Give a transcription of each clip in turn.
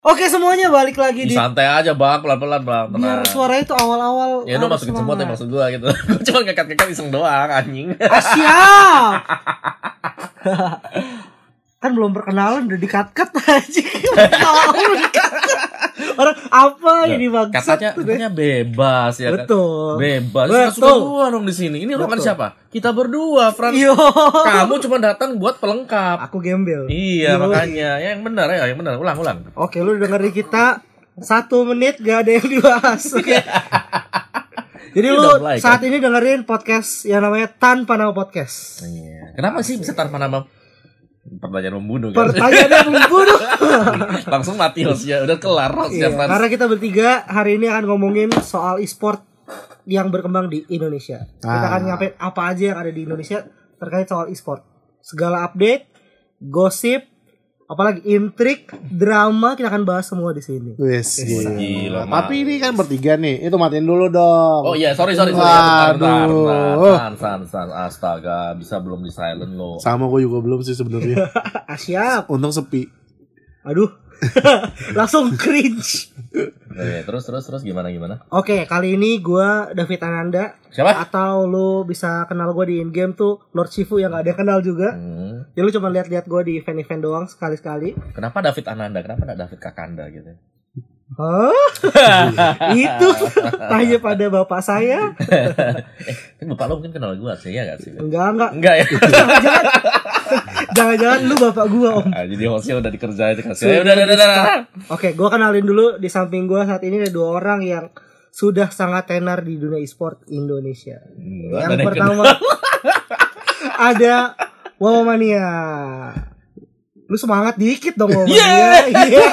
Oke semuanya balik lagi di santai aja bang, pelan-pelan bang. biar suaranya itu awal-awal. Ya lu masukin semua tuh maksud gua gitu. Gua cuma ngekat-ngekat iseng doang anjing. Siap. Kan belum perkenalan udah dikat-kat aja. Orang apa ini bang? Katanya bebas ya kan. Betul. Bebas. Betul. Suka-suka dong di sini. Ini ruangan siapa? Kita berdua, Frans. Yo. Kamu cuma datang buat pelengkap. Aku gembel. Iya, makanya. Yang benar ya, yang benar. Ulang. Oke, lu dengerin kita 1 menit gak ada yang dibahas. Oke. Jadi lu saat ini dengerin podcast yang namanya Tanpa Nama Podcast. Iya. Kenapa sih bisa tanpa nama? Pertanyaan membunuh kan? Pertanyaan membunuh. Langsung mati hostnya. Udah kelar hostnya, Iya, Frans. karena kita bertiga hari ini akan ngomongin soal e-sport yang berkembang di Indonesia. Kita akan nyampein apa aja yang ada di Indonesia terkait soal e-sport. Segala update, gosip, apalagi intrik, drama kita akan bahas semua di sini. Wes, gila. Tapi ini kan bertiga nih. Itu matiin dulu dong. Oh iya, sorry. Bentar. San. Astaga, bisa belum di silent lo. Sama gue juga belum sih sebenarnya. Siap. Untung sepi. Aduh. Langsung cringe. Oke, terus gimana? Oke, kali ini gue David Ananda. Siapa? Atau lu bisa kenal gue di in-game tuh Lord Shifu yang gak ada yang kenal juga. Ya lu cuma lihat-lihat gue di event-event doang sekali-sekali. Kenapa David Ananda? Kenapa enggak David Kakanda gitu? Hah? Itu tanya pada bapak saya. Kan bapak lo mungkin kenal gue sih, ya gak sih? Enggak ya? Jangan lu bapak gua om. Jadi hostnya udah dikerjain dikasih. Udah. Oke, gua kenalin dulu. Di samping gua saat ini ada 2 orang yang sudah sangat tenar di dunia e-sport Indonesia. Yang pertama ada Wawa Mania. Lu semangat dikit dong Wawa Mania. Iya.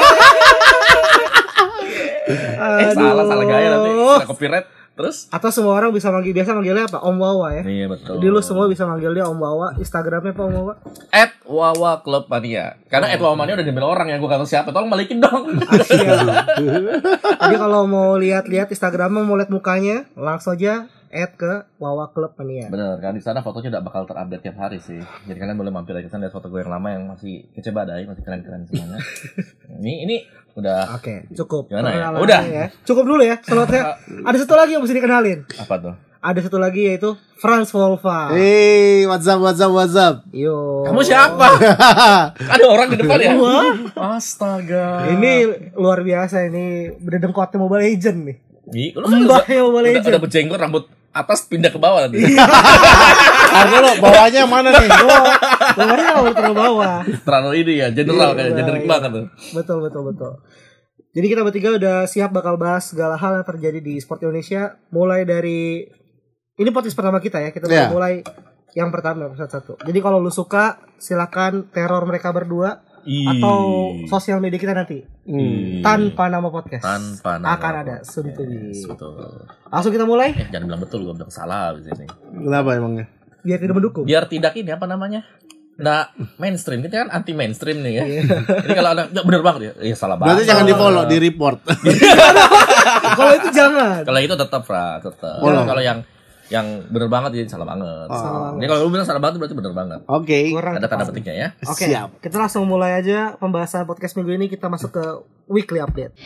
Salah gaya nanti kena copyright. Terus? Atau semua orang bisa biasa manggilnya apa? Om Wawa ya? Iya betul. Jadi lu semua bisa manggil dia Om Wawa. Instagramnya apa Om Wawa? @Wawa Club Mania. Karena @Wawa Mania udah diambil orang yang gue kata siapa. Tolong balikin dong. Jadi kalau mau lihat Instagramnya, mau lihat mukanya, langsung aja ke Wawa Club Mania. Bener kan, di sana fotonya udah bakal terupdate tiap hari sih. Jadi kalian boleh mampir aja sana lihat foto gue yang lama yang masih kece badai, masih keren-keren semuanya. ini udah. Oke, cukup. Gimana ya? Udah. Ya. Cukup dulu ya. Slotnya. Ada satu lagi yang mesti dikenalin. Apa tuh? Ada satu lagi yaitu Frans Volva. Hey, what's up? Yo. Kamu siapa? Ada orang di depan ya? Astaga. Ini luar biasa ini. Berdengkotnya Mobile Legend nih. Lu kan Mbahnya Mobile Legend. Udah berjenggot, rambut atas pindah ke bawah nanti. Harga lo bawahnya mana nih? Bawahnya nggak terlalu bawah. Terlalu ini ya, general kayak generik banget tuh. Betul. Jadi kita bertiga udah siap bakal bahas segala hal yang terjadi di sport Indonesia. Mulai dari ini podcast pertama kita ya. Kita mulai yang pertama satu. Jadi kalau lu suka silakan teror mereka berdua atau sosial media kita nanti. Tanpa Nama Podcast. Tanpa Nama akan ada podcast. soon to be. Betul. Langsung kita mulai. Jangan bilang betul, gue bilang salah di sini. Kenapa emangnya? Biar tidak mendukung. Biar tidak ini apa namanya? Nggak mainstream, kita kan anti mainstream nih ya. Ini kalau ada bener banget ya, iya salah banget. Berarti jangan di follow, di report. Kalau itu jangan. Kalau itu tetap tetap. Kalau yang bener banget jadi salah banget. Jadi kalau lu bilang salah banget berarti bener banget. Oke. Ada tanda petiknya ya. Oke. Siap. Kita langsung mulai aja pembahasan podcast minggu ini. Kita masuk ke weekly update.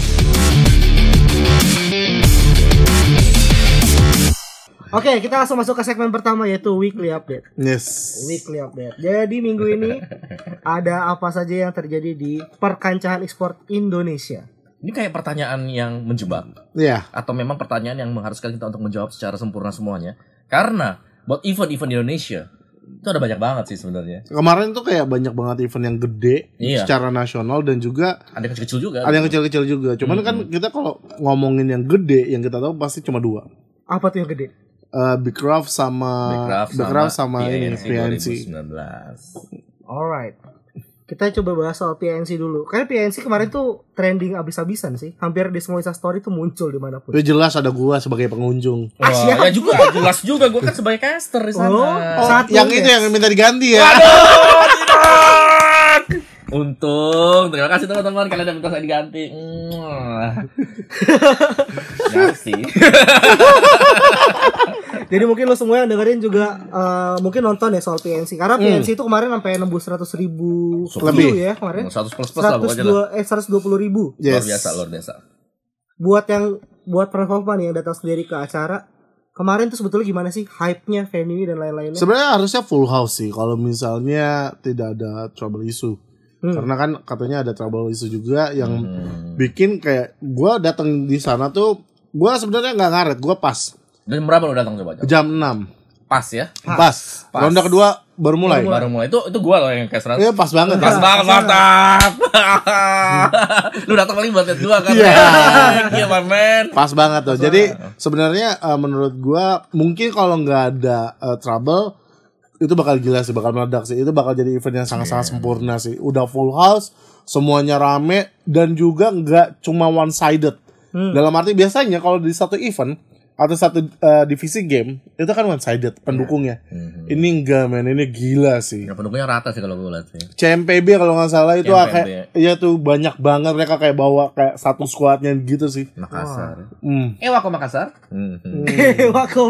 Oke, kita langsung masuk ke segmen pertama yaitu weekly update. Yes. Weekly update. Jadi minggu ini ada apa saja yang terjadi di perkancahan e-sport Indonesia? Ini kayak pertanyaan yang menjebak. Iya. Atau memang pertanyaan yang mengharuskan kita untuk menjawab secara sempurna semuanya. Karena buat event-event di Indonesia itu ada banyak banget sih sebenarnya. Kemarin tuh kayak banyak banget event yang gede secara nasional dan juga ada yang kecil-kecil juga. Ada yang kecil-kecil juga. Cuman kan kita kalau ngomongin yang gede yang kita tahu pasti cuma 2. Apa tuh yang gede? Big Craft sama PNC 2019. Alright. Kita coba bahas soal PNC dulu. Karena PNC kemarin tuh trending abis-abisan sih. Hampir di semua Instastory tuh muncul dimanapun. Ya jelas ada gua sebagai pengunjung. Ya juga jelas juga gua kan sebagai caster di sana. Yang itu yang minta diganti ya. Aduh, tidak. Untung, terima kasih teman-teman kalian udah minta saya diganti. Ganti. Jadi mungkin lo semua yang dengerin juga mungkin nonton ya soal PNC. Karena PNC itu kemarin sampai nembus 100.000 lebih ya kemarin. 100 plus lah pokoknya lah. 120.000. Yes. Luar biasa. Buat performa nih yang datang sendiri ke acara kemarin tuh sebetulnya gimana sih hype-nya, venue dan lain-lainnya? Sebenarnya harusnya full house sih kalau misalnya tidak ada trouble issue. Karena kan katanya ada trouble issue juga yang bikin kayak gue datang di sana tuh gue sebenarnya nggak ngaret, gue pas. Dan berapa lo datang coba? Jam 6. Pas ya? Pas. Ronde kedua baru mulai. Itu gua loh yang kayak 100. Iya pas banget. Pas banget, mantap. Lu datang paling buat lihat gua kan. Iya, man. Pas banget tuh. Jadi sebenarnya menurut gua mungkin kalau nggak ada trouble itu bakal gila sih, bakal meledak sih. Itu bakal jadi event yang sangat-sangat sempurna sih. Udah full house, semuanya rame dan juga nggak cuma one sided. Dalam arti biasanya kalau di satu event atau satu divisi game itu kan one sided pendukungnya. Ini enggak men, ini gila sih. Ya pendukungnya rata sih kalau gue lihat sih. CMPB kalau nggak salah itu kayak ya tuh banyak banget mereka kayak bawa kayak satu squadnya gitu sih. Makassar. Wako Makassar. Wako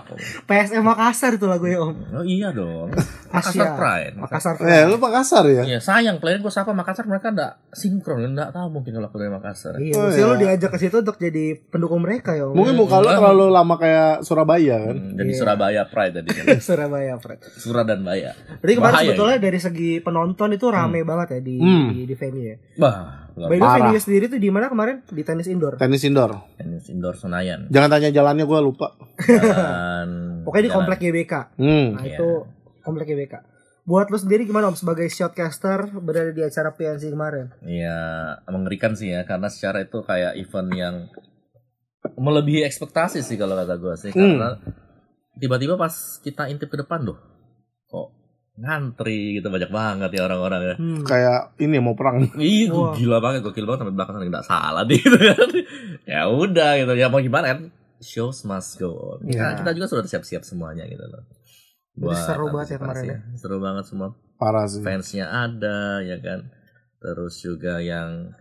PSM Makassar itu lagunya Om. Oh iya dong. Makassar Pride. Makassar Pride. Lu Makassar ya? Iya, sayang player gue siapa Makassar mereka enggak sinkron, enggak tahu mungkin kalau player Makassar. Iya, mesti lu diajak ke situ untuk jadi pendukung mereka ya Om. Mungkin muka lu terlalu lama kayak Surabaya kan. Jadi Surabaya Pride tadi kan. Surabaya Pride. Surah dan Baya. Berarti kemarin sebetulnya dari segi penonton itu rame banget ya di venue ya. Bah, by the way venue sendiri tuh di mana kemarin? Di tenis indoor. Tenis indoor Senayan. Jangan tanya jalannya, gue lupa. Pokoknya di komplek GBK. Nah itu komplek GBK. Buat lu sendiri gimana Om sebagai shotcaster berada di acara PNC kemarin? Iya, mengerikan sih ya karena secara itu kayak event yang melebihi ekspektasi sih kalau kata gue sih, karena tiba-tiba pas kita intip ke depan loh kok ngantri gitu banyak banget ya orang-orang ya. Kayak ini mau perang. Iya, gila banget, gokil banget sampai belakang nggak salah deh gitu kan. Ya udah gitu, ya mau gimana kan? Shows must go on. Nah, kita juga sudah siap-siap semuanya gitu loh. Seru banget ya kemarin ya. Seru banget semua. Parah sih. Fansnya ada ya kan. Terus juga yang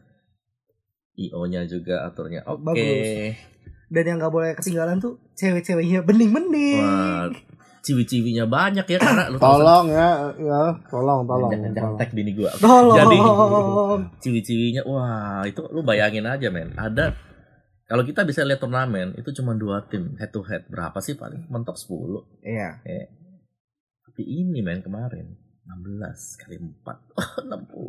IO-nya juga aturnya oke. Dan yang nggak boleh ketinggalan tuh cewek-ceweknya bening-bening. Wah, ciwi-ciwinya banyak ya karena lu tolong tolong. Jangan tag bini gua. Tolong. Jadi ciwi-ciwinya wah itu lu bayangin aja men. Ada kalau kita bisa lihat turnamen itu cuma 2 tim head to head berapa sih paling mentok 10. Iya. Tapi ini men kemarin 16 kali 4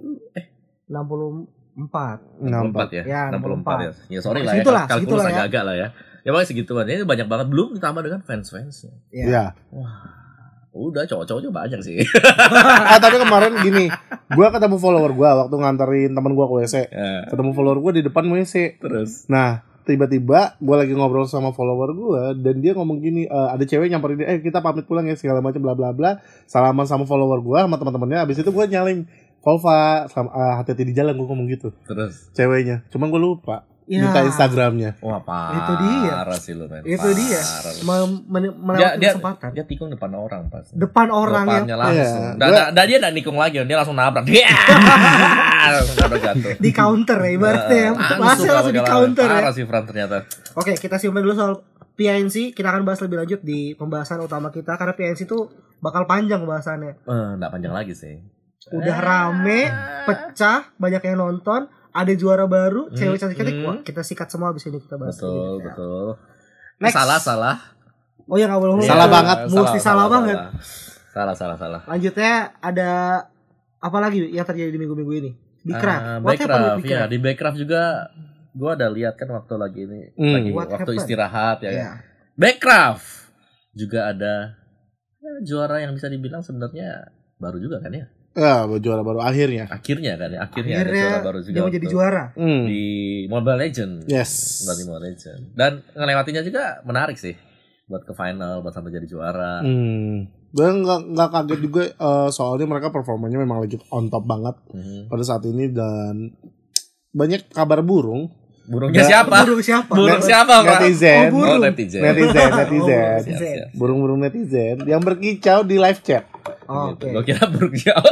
64 ya? 64 ya. Ya sorry lah ya, kalkulus agak-agak lah ya. Ya paling segituan. Ini banyak banget belum ditambah dengan fans-fansnya. Iya. Wah, udah cowok-cowoknya banyak sih. Tapi kemarin gini, gue ketemu follower gue waktu nganterin teman gue ke WC. Ketemu follower gue di depan WC. Terus? Nah, tiba-tiba gue lagi ngobrol sama follower gue dan dia ngomong gini, ada cewek nyamperin dia, kita pamit pulang ya segala macam bla bla bla. Salaman sama follower gue sama teman-temannya. Abis itu gue nyalin Volva, hati-hati di jalan gue ngomong gitu. Terus ceweknya, cuman gue lupa minta Instagramnya. Wah parah. Itu dia. Sih lu, men. Itu dia. Melewati kesempatan. Dia tikung depan orang pas. Depan orang depannya langsung. Dia enggak nikung lagi, dia langsung nabrak. Langsung jatuh. Di counter ya ibaratnya. Langsung di counter ya. Parah sih Fran ternyata. Oke, kita simpan dulu soal PNC. Kita akan bahas lebih lanjut di pembahasan utama kita karena PNC itu bakal panjang pembahasannya. Enggak panjang lagi sih. Udah rame, pecah, banyak yang nonton, ada juara baru, cewek cantik-cantik. Wah, kita sikat semua abis ini kita bahas. Betul. Next. Salah. Oh ya nggak boleh. Salah banget. Mesti salah banget. Salah. Lanjutnya ada apa lagi yang terjadi di minggu-minggu ini? Backcraft. Ya di Backcraft juga gue ada lihat kan waktu lagi ini waktu istirahat ya. Backcraft juga ada juara yang bisa dibilang sebenarnya baru juga kan ya. Ya, juara baru akhirnya kan ya. Akhirnya ada juara baru juga. Dia menjadi juara di Mobile Legends. Yes. Di Mobile Legends. Dan ngelewatinya juga menarik sih. Buat ke final, buat sampai jadi juara. Dan nggak kaget juga soalnya mereka performanya memang lagi on top banget pada saat ini dan banyak kabar burung. Burungnya siapa? Burung siapa? Netizen. Netizen. Burung-burung netizen yang berkicau di live chat. Oke. Gue kira burung siapa?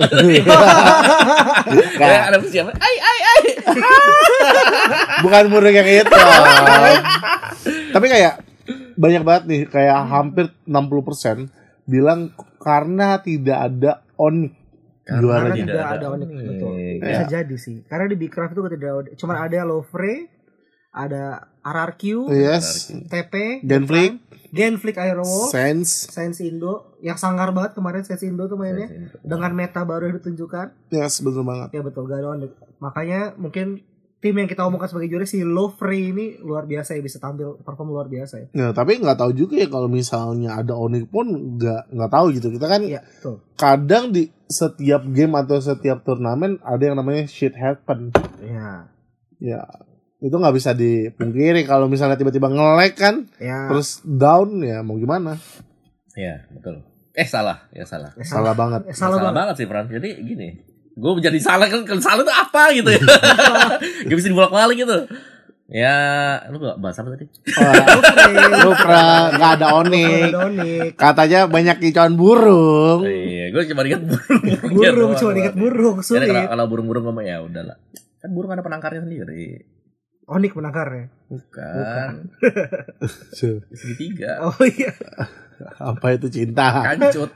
Ada siapa? Ai. Bukan burung yang itu. Tapi kayak banyak banget nih kayak hampir 60% bilang karena tidak ada Onyx juara Karena gitu. tidak ada Onyx, betul. Bisa jadi sih. Karena di Big Craft itu tidak ada, cuma ada Lofre, ada RRQ, Yes. TP, Genflix Aerowolf, Sense Indo yang sangar banget kemarin Sense Indo tuh mainnya dengan meta baru yang ditunjukkan. Yes, betul banget. Ya betul, gak ada Onyx. Makanya mungkin tim yang kita omongkan sebagai juara si Lofre ini luar biasa ya, bisa tampil perform luar biasa ya. Nah, tapi nggak tahu juga ya kalau misalnya ada Onyx pun nggak tahu gitu. Kita kan kadang di setiap game atau setiap turnamen ada yang namanya shit happen. Iya. Ya, itu nggak bisa dipungkiri kalau misalnya tiba-tiba nge-lag kan, terus down ya mau gimana? Iya, betul. Salah banget. Salah banget sih, Fran. Jadi gini, gue jadi salah kan, salah itu apa gitu ya. Gak bisa dibolak-balik gitu. Ya, lu gak bahas apa tadi? Lu gak ada Onyx. Katanya banyak kicauan burung. Iya, gue cuma ingat burung. Sulit. Kalau burung-burung ngomong ya udahlah. Kan burung ada penangkarnya sendiri. Onyx penangkarnya? Bukan. Segitiga. Oh iya. Apa itu cinta? Kancut.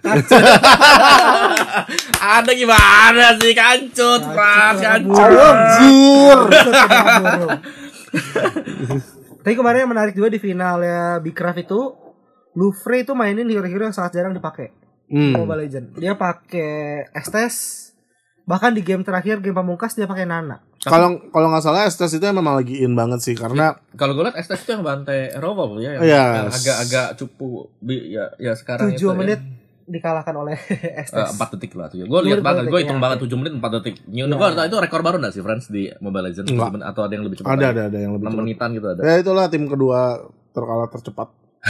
Ada gimana sih kancut, Pras? Anjir. Tapi kemarin yang menarik juga di finalnya Big Craft itu, Lufre itu mainin hero-hero yang sangat jarang dipakai Mobile Legends. Dia pakai Estes, bahkan di game terakhir, game pamungkas dia pakai Nana. Kalau nggak salah Estes itu memang lagi in banget sih karena kalau gue liat Estes itu yang bantai Rovol ya, yang agak cupu ya sekarang 7 menit dikalahkan oleh Estes. 4 detik lah tuh. Gue lihat banget, gue hitung banget 7 menit 4 detik. Itu rekor baru enggak sih Friends di Mobile Legends atau ada yang lebih cepat? Ada yang lebih cepat. 6 menitan gitu ada. Ya itulah tim kedua terkalah tercepat.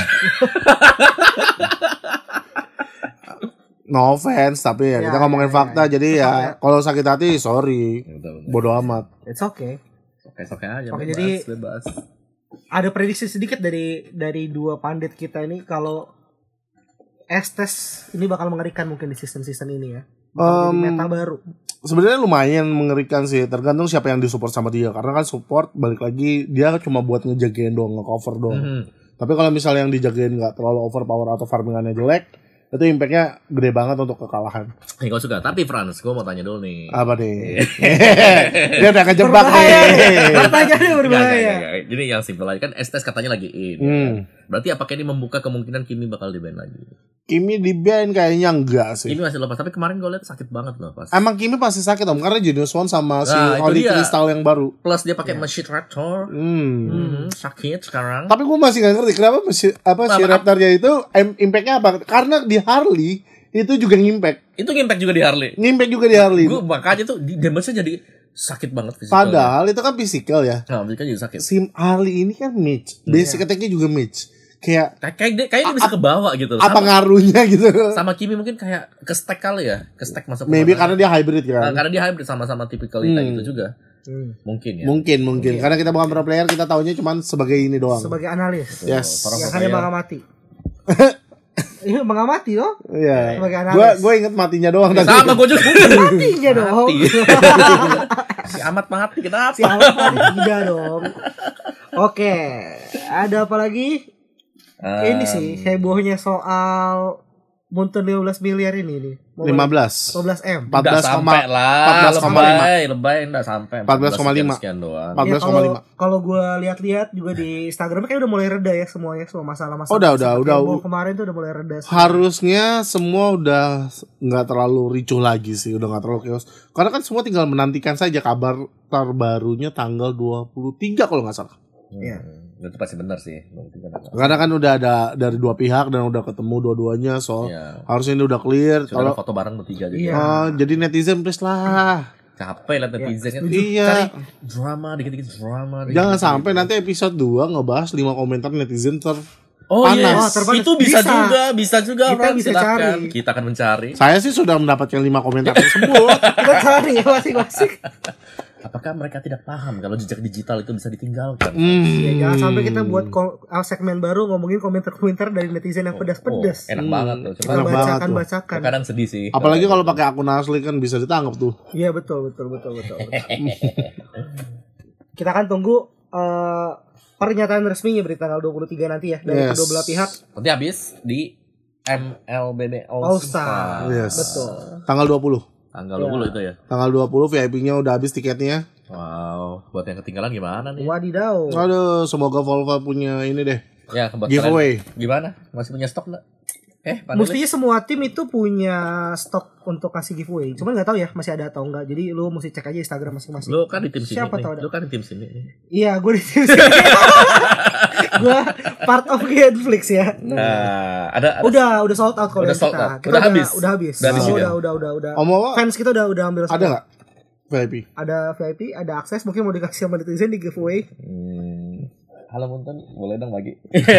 No offense, tapi ya kita ngomongin fakta. Jadi ya kalau sakit hati sorry. Bodoh amat. It's okay. Oke aja. Oke, jadi bebas. Ada prediksi sedikit dari dua pandit kita ini kalau Estes ini bakal mengerikan mungkin di season ini ya. Bakal jadi meta baru. Sebenarnya lumayan mengerikan sih, tergantung siapa yang disupport sama dia. Karena kan support balik lagi dia cuma buat ngejagain doang, nge-cover doang. Tapi kalau misalnya yang dijagain nggak terlalu overpower atau farmingannya jelek, itu impactnya gede banget untuk kekalahan. Gue suka. Tapi Frans, gue mau tanya dulu nih. Apa nih? Dia udah kejebak nih. Pertanyaannya berbahaya. Jadi yang simpel aja kan Estes katanya lagi in. Berarti apakah ini membuka kemungkinan Kimi bakal di-ban lagi? Kimi di-ban kayaknya enggak sih. Kimi masih lepas, tapi kemarin gue lihat sakit banget loh pas. Emang Kimi pasti sakit om, karena Genius One sama si Holy Crystal yang baru. Plus dia pakai Machine Raptor. Sakit sekarang. Tapi gue masih nggak ngerti kenapa si Raptornya itu impactnya apa? Karena di Harley itu juga ngimpact. Itu ngimpact juga di Harley. Gue makanya tuh damage-nya jadi sakit banget fisikal. Padahal itu kan fisikal ya. Nah, fisikal juga sakit. Si Harley ini kan mage. Basic attack-nya juga mage. Kayak dia bisa ke bawah gitu. Apa ngaruhnya gitu? Sama Kimi mungkin kayak ke stack kali ya, ke stack masuk. Maybe karena dia hybrid kan. Karena dia hybrid sama tipikal gitu juga. Mungkin ya. Mungkin. Karena kita bukan pro player, kita taunya cuma sebagai ini doang. Sebagai analis. Yes. Yang hanya mengamati. Ini mengamati loh. Iya. Gue inget matinya doang tadi. Sama gue juga. Matinya dong. Si amat mati kenapa? Si amat mati tidak dong. Oke, ada apa lagi? Ini sih hebohnya soal Munten 15 miliar ini nih. 15 M. 14,5. Lebay enggak sampai. 14,5 sekian doang. 14,5. Kalau gue lihat-lihat juga di Instagram kayak udah mulai reda ya semua masalah-masalah. Udah. Kemarin tuh udah mulai reda. Harusnya semua udah nggak terlalu ricuh lagi sih, udah nggak terlalu chaos. Karena kan semua tinggal menantikan saja kabar terbarunya tanggal 23 kalau nggak salah. Iya. Itu pasti benar sih. Karena kan udah ada dari dua pihak dan udah ketemu dua-duanya, harusnya ini udah clear. Kalau foto bareng bertiga gitu. Jadi netizen please lah. Capek lah netizen. Iya. Drama dikit-dikit drama. Jangan sampai nanti episode 2 ngebahas 5 komentar netizen panas. Itu bisa juga. Kita bisa cari. Kita akan mencari. Saya sih sudah mendapatkan 5 komentar tersebut. Kita cari ya masing-masing. Apakah mereka tidak paham kalau jejak digital itu bisa ditinggalkan? Ya, jangan sampai kita buat segmen baru ngomongin komentar-komentar dari netizen yang pedas-pedas. Enak banget tuh. Kita bacakan. Kadang sedih sih. Apalagi kalau pakai akun asli kan bisa ditangkap tuh. Iya betul. Kita kan tunggu pernyataan resminya berarti tanggal 23 nanti ya dari kedua belah pihak. Nanti habis di MLBB All Star. Yes. Betul. Tanggal 20. Tanggal 20 itu ya. Tanggal 20 VIP-nya udah habis tiketnya. Wow, buat yang ketinggalan gimana nih? Wadidaw. Aduh, semoga Volva punya ini deh. Ya, buat giveaway. Kalian, gimana? Masih punya stok enggak? Mestinya semua tim itu punya stok untuk kasih giveaway. Cuman nggak tahu ya masih ada atau enggak. Jadi lu mesti cek aja Instagram masing-masing. Lu kan di tim sini. Siapa tahu ada. Lu kan di tim sini. Iya, gue di tim sini. Gue part of Netflix ya. Nah, ada udah sold out kalau udah sold kita. out. Kita Udah habis. Udah habis. Udah. Udah. Fans kita udah ambil. Ada nggak VIP? Ada VIP, ada akses. Mungkin mau dikasih sama netizen di giveaway. Halo Munten, boleh dong bagi.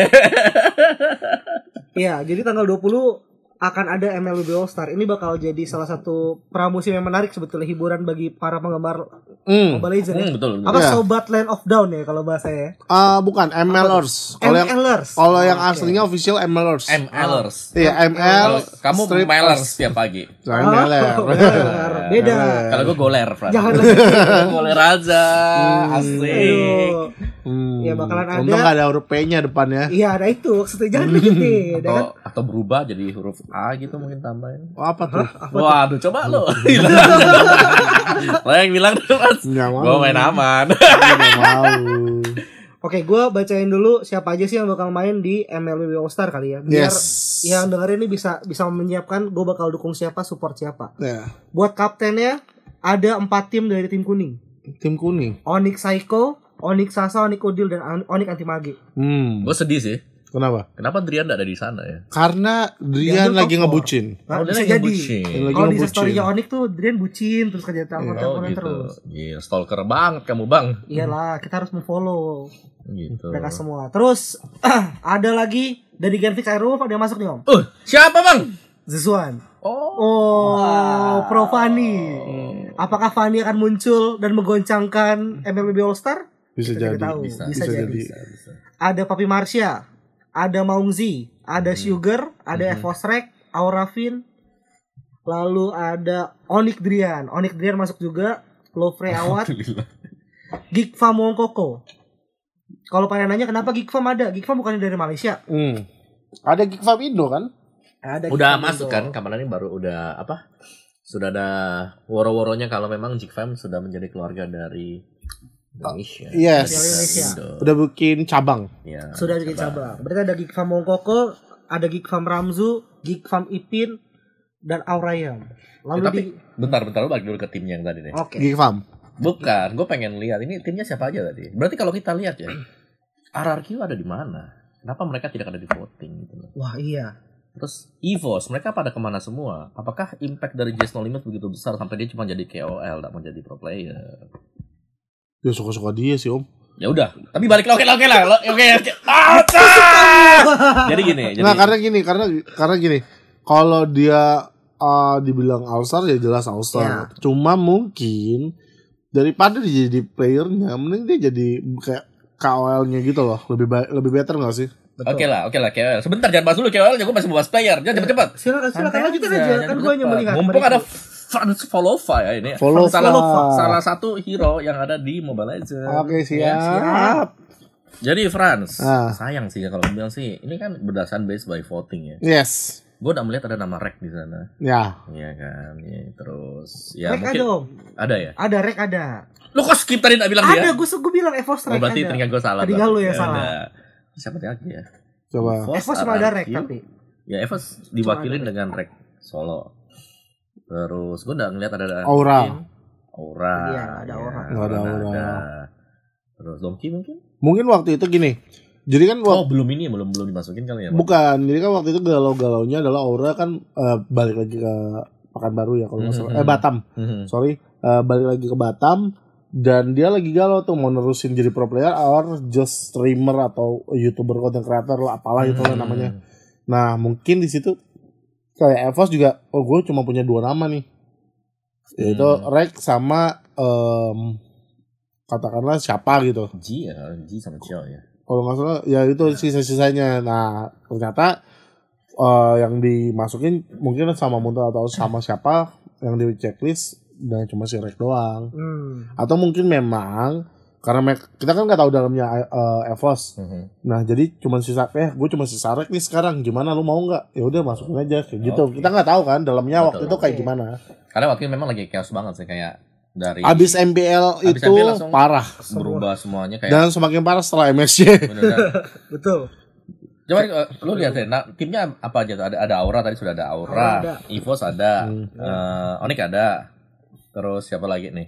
Iya, jadi tanggal 20 akan ada MLB All Star. Ini bakal jadi salah satu pramusim yang menarik sebetulnya, hiburan bagi para penggemar Mobile Legends ya. Betul. Apa Sobat Land of Down ya kalau bahasanya? Bukan MLers. Kalau yang aslinya official MLers. Iya, ML. Kamu MLers tiap pagi. MLer. Beda. Kalau gue goler, Fran. Jangan lagi. Goler aja. Asik. Ya bakalan ada. Untung gak ada huruf P-nya depannya. Iya, ada itu. Jangan begitu. Atau berubah jadi huruf A gitu mungkin tambahin. Apa tuh? Waduh, coba lo. Lo yang bilang tuh Mas. Gue main aman. Oke, gue bacain dulu siapa aja sih yang bakal main di MLB All Star kali ya. Biar yang dengerin ini bisa menyiapkan gue bakal dukung siapa, support siapa. Buat kaptennya ada 4 tim dari tim kuning. Tim kuning. Onyx Psycho, Onyx Sasa, Onyx Odil, dan Onyx Anti-Mage. Gue sedih sih. Kenapa Drian gak ada di sana ya? Karena Drian lagi ngebucin. Bisa jadi. Kalau di story-nya Onyx tuh Drian bucin terus kerja teleponan gitu. terus. Iya, stalker banget kamu bang. Iyalah, kita harus memfollow gitu mereka semua. Terus ada lagi dari Genfix Airwolf ada yang masuk nih Om. Siapa bang? Zezuan. Pro Fanny. Apakah Fanny akan muncul dan menggoncangkan MLB All Star? Bisa jadi. Bisa jadi. Ada Papi Marsha, ada Maungzi, ada Sugar, ada Evos Rek, Auravin, lalu ada Onyx Drian. Onyx Drian masuk juga, Lovre Awat, Gigfam Wongkoko. Kalau pada nanya kenapa Gigfam ada? Gigfam bukannya dari Malaysia? Ada Gigfam Indo kan? Ada udah masuk Indo. Kan? Kemarin ini baru udah apa? Sudah ada woro-woronya kalau memang Gigfam sudah menjadi keluarga dari Indonesia. Yes. Udah bikin cabang. Ya, sudah bikin cabang. Berarti ada Gigfam Wongkoko, ada Gigfam Ramzu, Gigfam Ipin, dan Aurayam. Lalu tapi bentar lu balik dulu ke timnya yang tadi deh. Oke. Gigfam. Bukan, gue pengen lihat ini timnya siapa aja tadi. Berarti kalau kita lihat ya, RRQ ada di mana? Kenapa mereka tidak ada di voting gitu? Wah iya. Terus EVOS mereka pada kemana semua? Apakah impact dari Just No Limit begitu besar sampai dia cuma jadi KOL, tak mau jadi pro player? Ya suka-suka dia sih Om. Ya udah, tapi balik oke lah. Jadi gini. Nah karena gini. Kalau dia dibilang All Star ya jelas All Star. Ya. Cuma mungkin daripada dia jadi playernya, mending dia jadi kayak KOL-nya gitu loh. Lebih better nggak sih? Oke lah KOL. Sebentar jangan bahas dulu KOL, gue masih mau bahas player. Jangan cepet-cepet. Silakan lanjutin aja. Kan gue hanya melihat. Mumpung ada Franz Volova ya ini. Salah satu hero yang ada di Mobile Legends. Oke, siap. Jadi Franz, sayang sih ya kalau bilang sih, ini kan berdasarkan based by voting ya. Yes. Gue udah melihat ada nama Rek di sana. Ya. Iya kan. Ya, terus ya Rek mungkin ada Om. Ada ya? Ada Rek ada. Lu kok skip tadi enggak bilang dia? Ada, gue bilang Evos Rek. Berarti telinga gue salah. Telinga lu ya salah. Siapa lagi ya? Coba. Evos cuma ada Rek tapi. Ya Evos diwakilin dengan Rek Solo. Terus gue udah ngeliat ada Aura. Iya, ada Aura. Ada. Terus Donkey mungkin? Mungkin waktu itu gini. Jadi kan belum dimasukin kali ya? Pak? Bukan. Jadi kan waktu itu galau-galaunya adalah Aura kan balik lagi ke Pekanbaru ya kalau nggak salah. Batam. Sorry. Balik lagi ke Batam dan dia lagi galau tuh mau nerusin jadi pro player or just streamer atau YouTuber, content creator lah apalah itu lah namanya. Nah, mungkin di situ kayak Evos juga, gue cuma punya 2 nama nih, yaitu Rek sama katakanlah siapa gitu. G sama Cio ya. Kalau nggak salah ya itu sisa-sisanya. Nah ternyata yang dimasukin mungkin sama Munta atau sama siapa yang di checklist dan cuma si Rek doang. Atau mungkin memang Karena kita kan nggak tahu dalamnya EVOS. Nah jadi cuma sisa gue cuma sisa rek nih sekarang, gimana lu mau nggak? Ya udah masukin aja kayak gitu. Kita nggak tahu kan dalamnya waktu itu kayak gimana. Karena waktu itu memang lagi chaos banget sih, kayak dari abis MPL itu parah, berubah semuanya kayak. Dan semakin parah setelah MSC. Betul. Coba lu lihat deh, timnya apa aja tuh? Ada Aura, tadi sudah ada Aura, EVOS ada, Onyx ada, terus siapa lagi nih?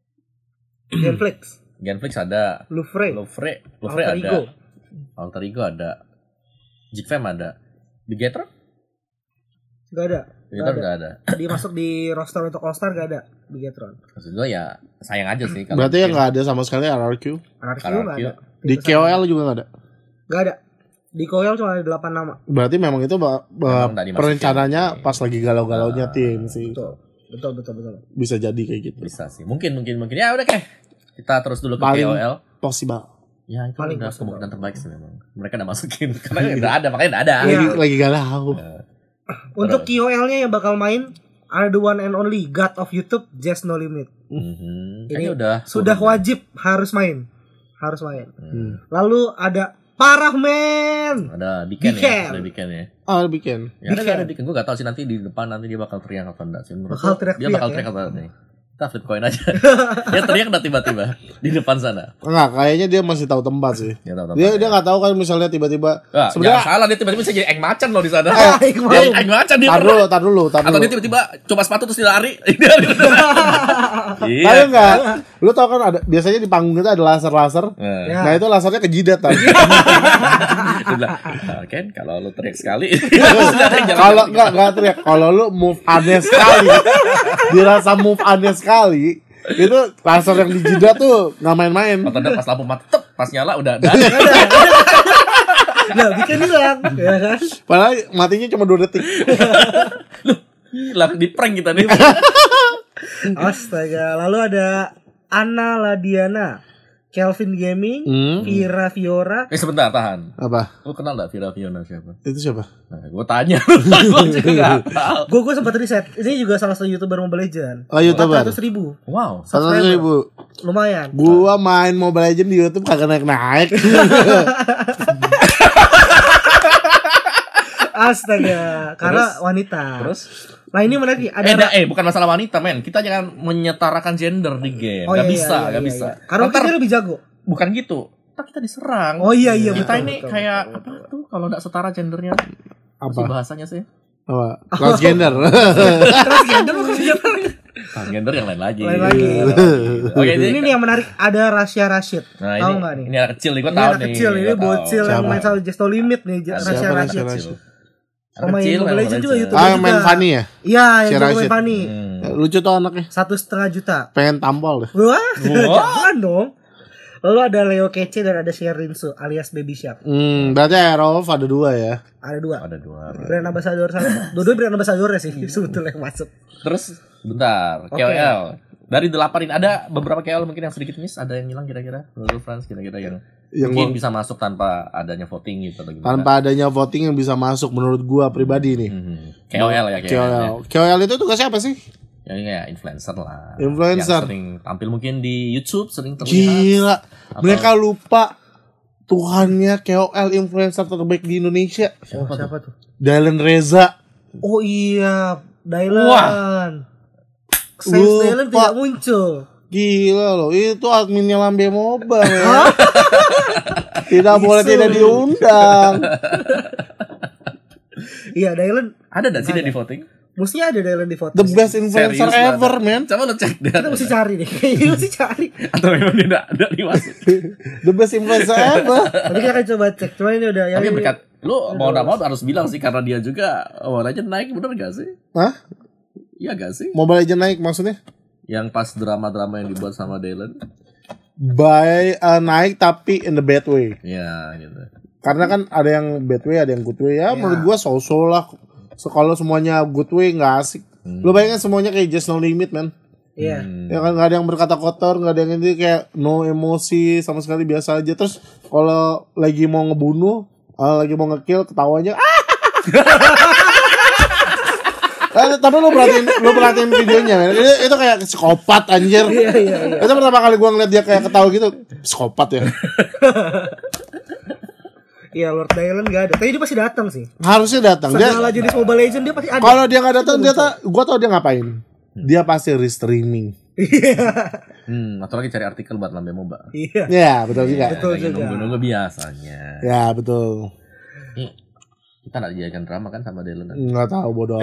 Genflix ada, Louvre ada, Alter Ego ada, Jigfam ada, Bigetron? Gak ada. Bigetron gak ada. Dia masuk di roster untuk All Star gak ada Bigetron. Maksud gue ya sayang aja sih. Berarti yang gak ada sama sekali RRQ gak ada. Di KOL juga gak ada? Gak ada. Di KOL cuma ada 8 nama. Berarti memang itu perencananya pas lagi galau-galaunya tim sih. Betul. Bisa jadi kayak gitu. Bisa sih. Mungkin ya udah kayak kita terus dulu ke KOL. Possible. Ya itu paling udah kemungkinan terbaik sih memang. Mereka udah masukin karena udah ada, makanya udah ada. Lagi galau. Untuk KOL-nya yang bakal main ada the one and only God of YouTube, Just No Limit. Ini sudah wajib harus main. Lalu ada Parah men. Ada Biken ya. Ada Biken ya. Ada Biken. Ya ada Biken. Gue gak tahu sih nanti di depan nanti dia bakal teriak atau enggak sih. Menurut dia bakal teriak atau enggak nih. Kita flip coin aja. Dia teriak udah tiba-tiba di depan sana. Enggak, kayaknya dia masih tahu tempat sih. Dia enggak tahu kan misalnya tiba-tiba. Sebenarnya salah, dia tiba-tiba bisa jadi Eng Macan loh di sana. Eng Macan dia. Tar dulu. Atau dia tiba-tiba coba sepatu terus dia lari. Tahu enggak? Lu tau kan ada biasanya di panggung itu ada laser. Nah, itu lasernya ke jidat tadi. Ken, kalau lu teriak sekali. Kalau enggak teriak, kalau lu move aneh sekali. Dirasa move aneh sekali, itu laser yang di jidat tuh nggak main-main. Atau pas lampu mati, pas nyala udah ada. Nah, bikin hilang, ya kan? Padahal matinya cuma 2 detik. Loh, gila di prank kita nih. Astaga, lalu ada Ana Ladiana, Kelvin Gaming, Vira Fiora. Sebentar, tahan. Apa? Lu kenal gak Vira Fiora siapa? Itu siapa? Nah, gue tanya. Gue juga gak tahu. Gue sempat riset. Ini juga salah satu YouTuber Mobile Legends. Oh, YouTuber. 400.000. Wow. 100.000. Lumayan. Gua main Mobile Legends di YouTube kagak naik. Astaga, karena wanita. Terus? Nah ini menarik. Bukan masalah wanita, men. Kita jangan menyetarakan gender di game. Gak bisa. Karena kita lebih jago. Bukan gitu. Kita diserang. Oh iya. Kita ini kayak apa tuh kalau nggak setara gendernya? Apa bahasanya sih? Apa? Transgender. Transgender bukan siapa? Transgender yang lain lagi. Oke, ini nih yang menarik. Ada Rasya Rashid. Nah, tahu nggak nih? Ini anak kecil nih, gue tahu nih. Anak kecil ini bocil yang main sama Just No Limit nih. Rasya Rashid. Pemain Mobile Legends juga YouTuber juga. Main Fanny ya? Iya, yang main Fanny. Lucu tuh anaknya. 1,5 juta. Pengen tampol deh. Wah, jangan dong. Lalu ada Leo Kece dan ada Sherinsu alias Baby Shark. Berarti Aerof ada 2 ya? Ada 2. Ada 2. Brand ambassador sama. Dua-dua brand ambassador sih sebetulnya yang masuk. Terus bentar, KOL. Dari 8 ini ada beberapa KOL mungkin yang sedikit miss, ada yang hilang kira-kira. Menurut Frans kira-kira yang mungkin bisa masuk tanpa adanya voting gitu atau gimana? Tanpa adanya voting yang bisa masuk menurut gua pribadi nih. KOL ya. KOL itu tugasnya apa sih? Ya influencer lah. Influencer. Yang sering tampil mungkin di YouTube, sering terlihat. Gila. Mereka lupa Tuhannya KOL influencer terbaik di Indonesia. Siapa tuh? Dylan Reza. Oh iya, Dylan. Dylan tidak muncul. Gila loh, itu adminnya Lambe Mobile ya. Tidak boleh tidak diundang. Iya, Dylan. Ada enggak sih dia di voting? Mestinya ada Dylan di voting. The best influencer ever, man. Coba lo cek deh. Kita mesti cari deh. Kayaknya mesti cari. Atau memang dia enggak dimasukin. The best influencer ever. Nanti kita akan coba cek. Cuma ini udah. Tapi berkat lu mau enggak mau harus bilang sih karena dia juga aja naik, bener enggak sih? Hah? Iya gak sih? Mobile Legends naik maksudnya? Yang pas drama-drama yang dibuat sama Dylan. Naik tapi in the bad way. Iya gitu. Karena kan ada yang bad way, ada yang good way. Ya menurut gua so-so lah. Kalau semuanya good way gak asik. Lu bayangin semuanya kayak Just No Limit, man. Iya. Ya kan gak ada yang berkata kotor, gak ada yang ini kayak no emosi sama sekali, biasa aja. Terus kalau lagi mau ngebunuh, lagi mau nge-kill, ketawanya Tapi lu perhatiin videonya, men. Itu kayak psikopat anjir. Iya. Itu pertama kali gua ngeliat dia kayak ketawa gitu, psikopat ya. Iya, Lord Dylan gak ada. Tapi dia pasti datang sih. Harusnya datang. Segala jenis Mobile Legends dia pasti ada. Kalau dia nggak datang, gua tau dia ngapain. Dia pasti restreaming. Atau lagi cari artikel buat Lambe MOBA. Iya. Ya, betul juga. Betul Lagi juga. nunggu-nunggu biasanya. Ya, betul. Kita nggak dijadikan drama kan sama Dylan? Nggak tahu bodoh.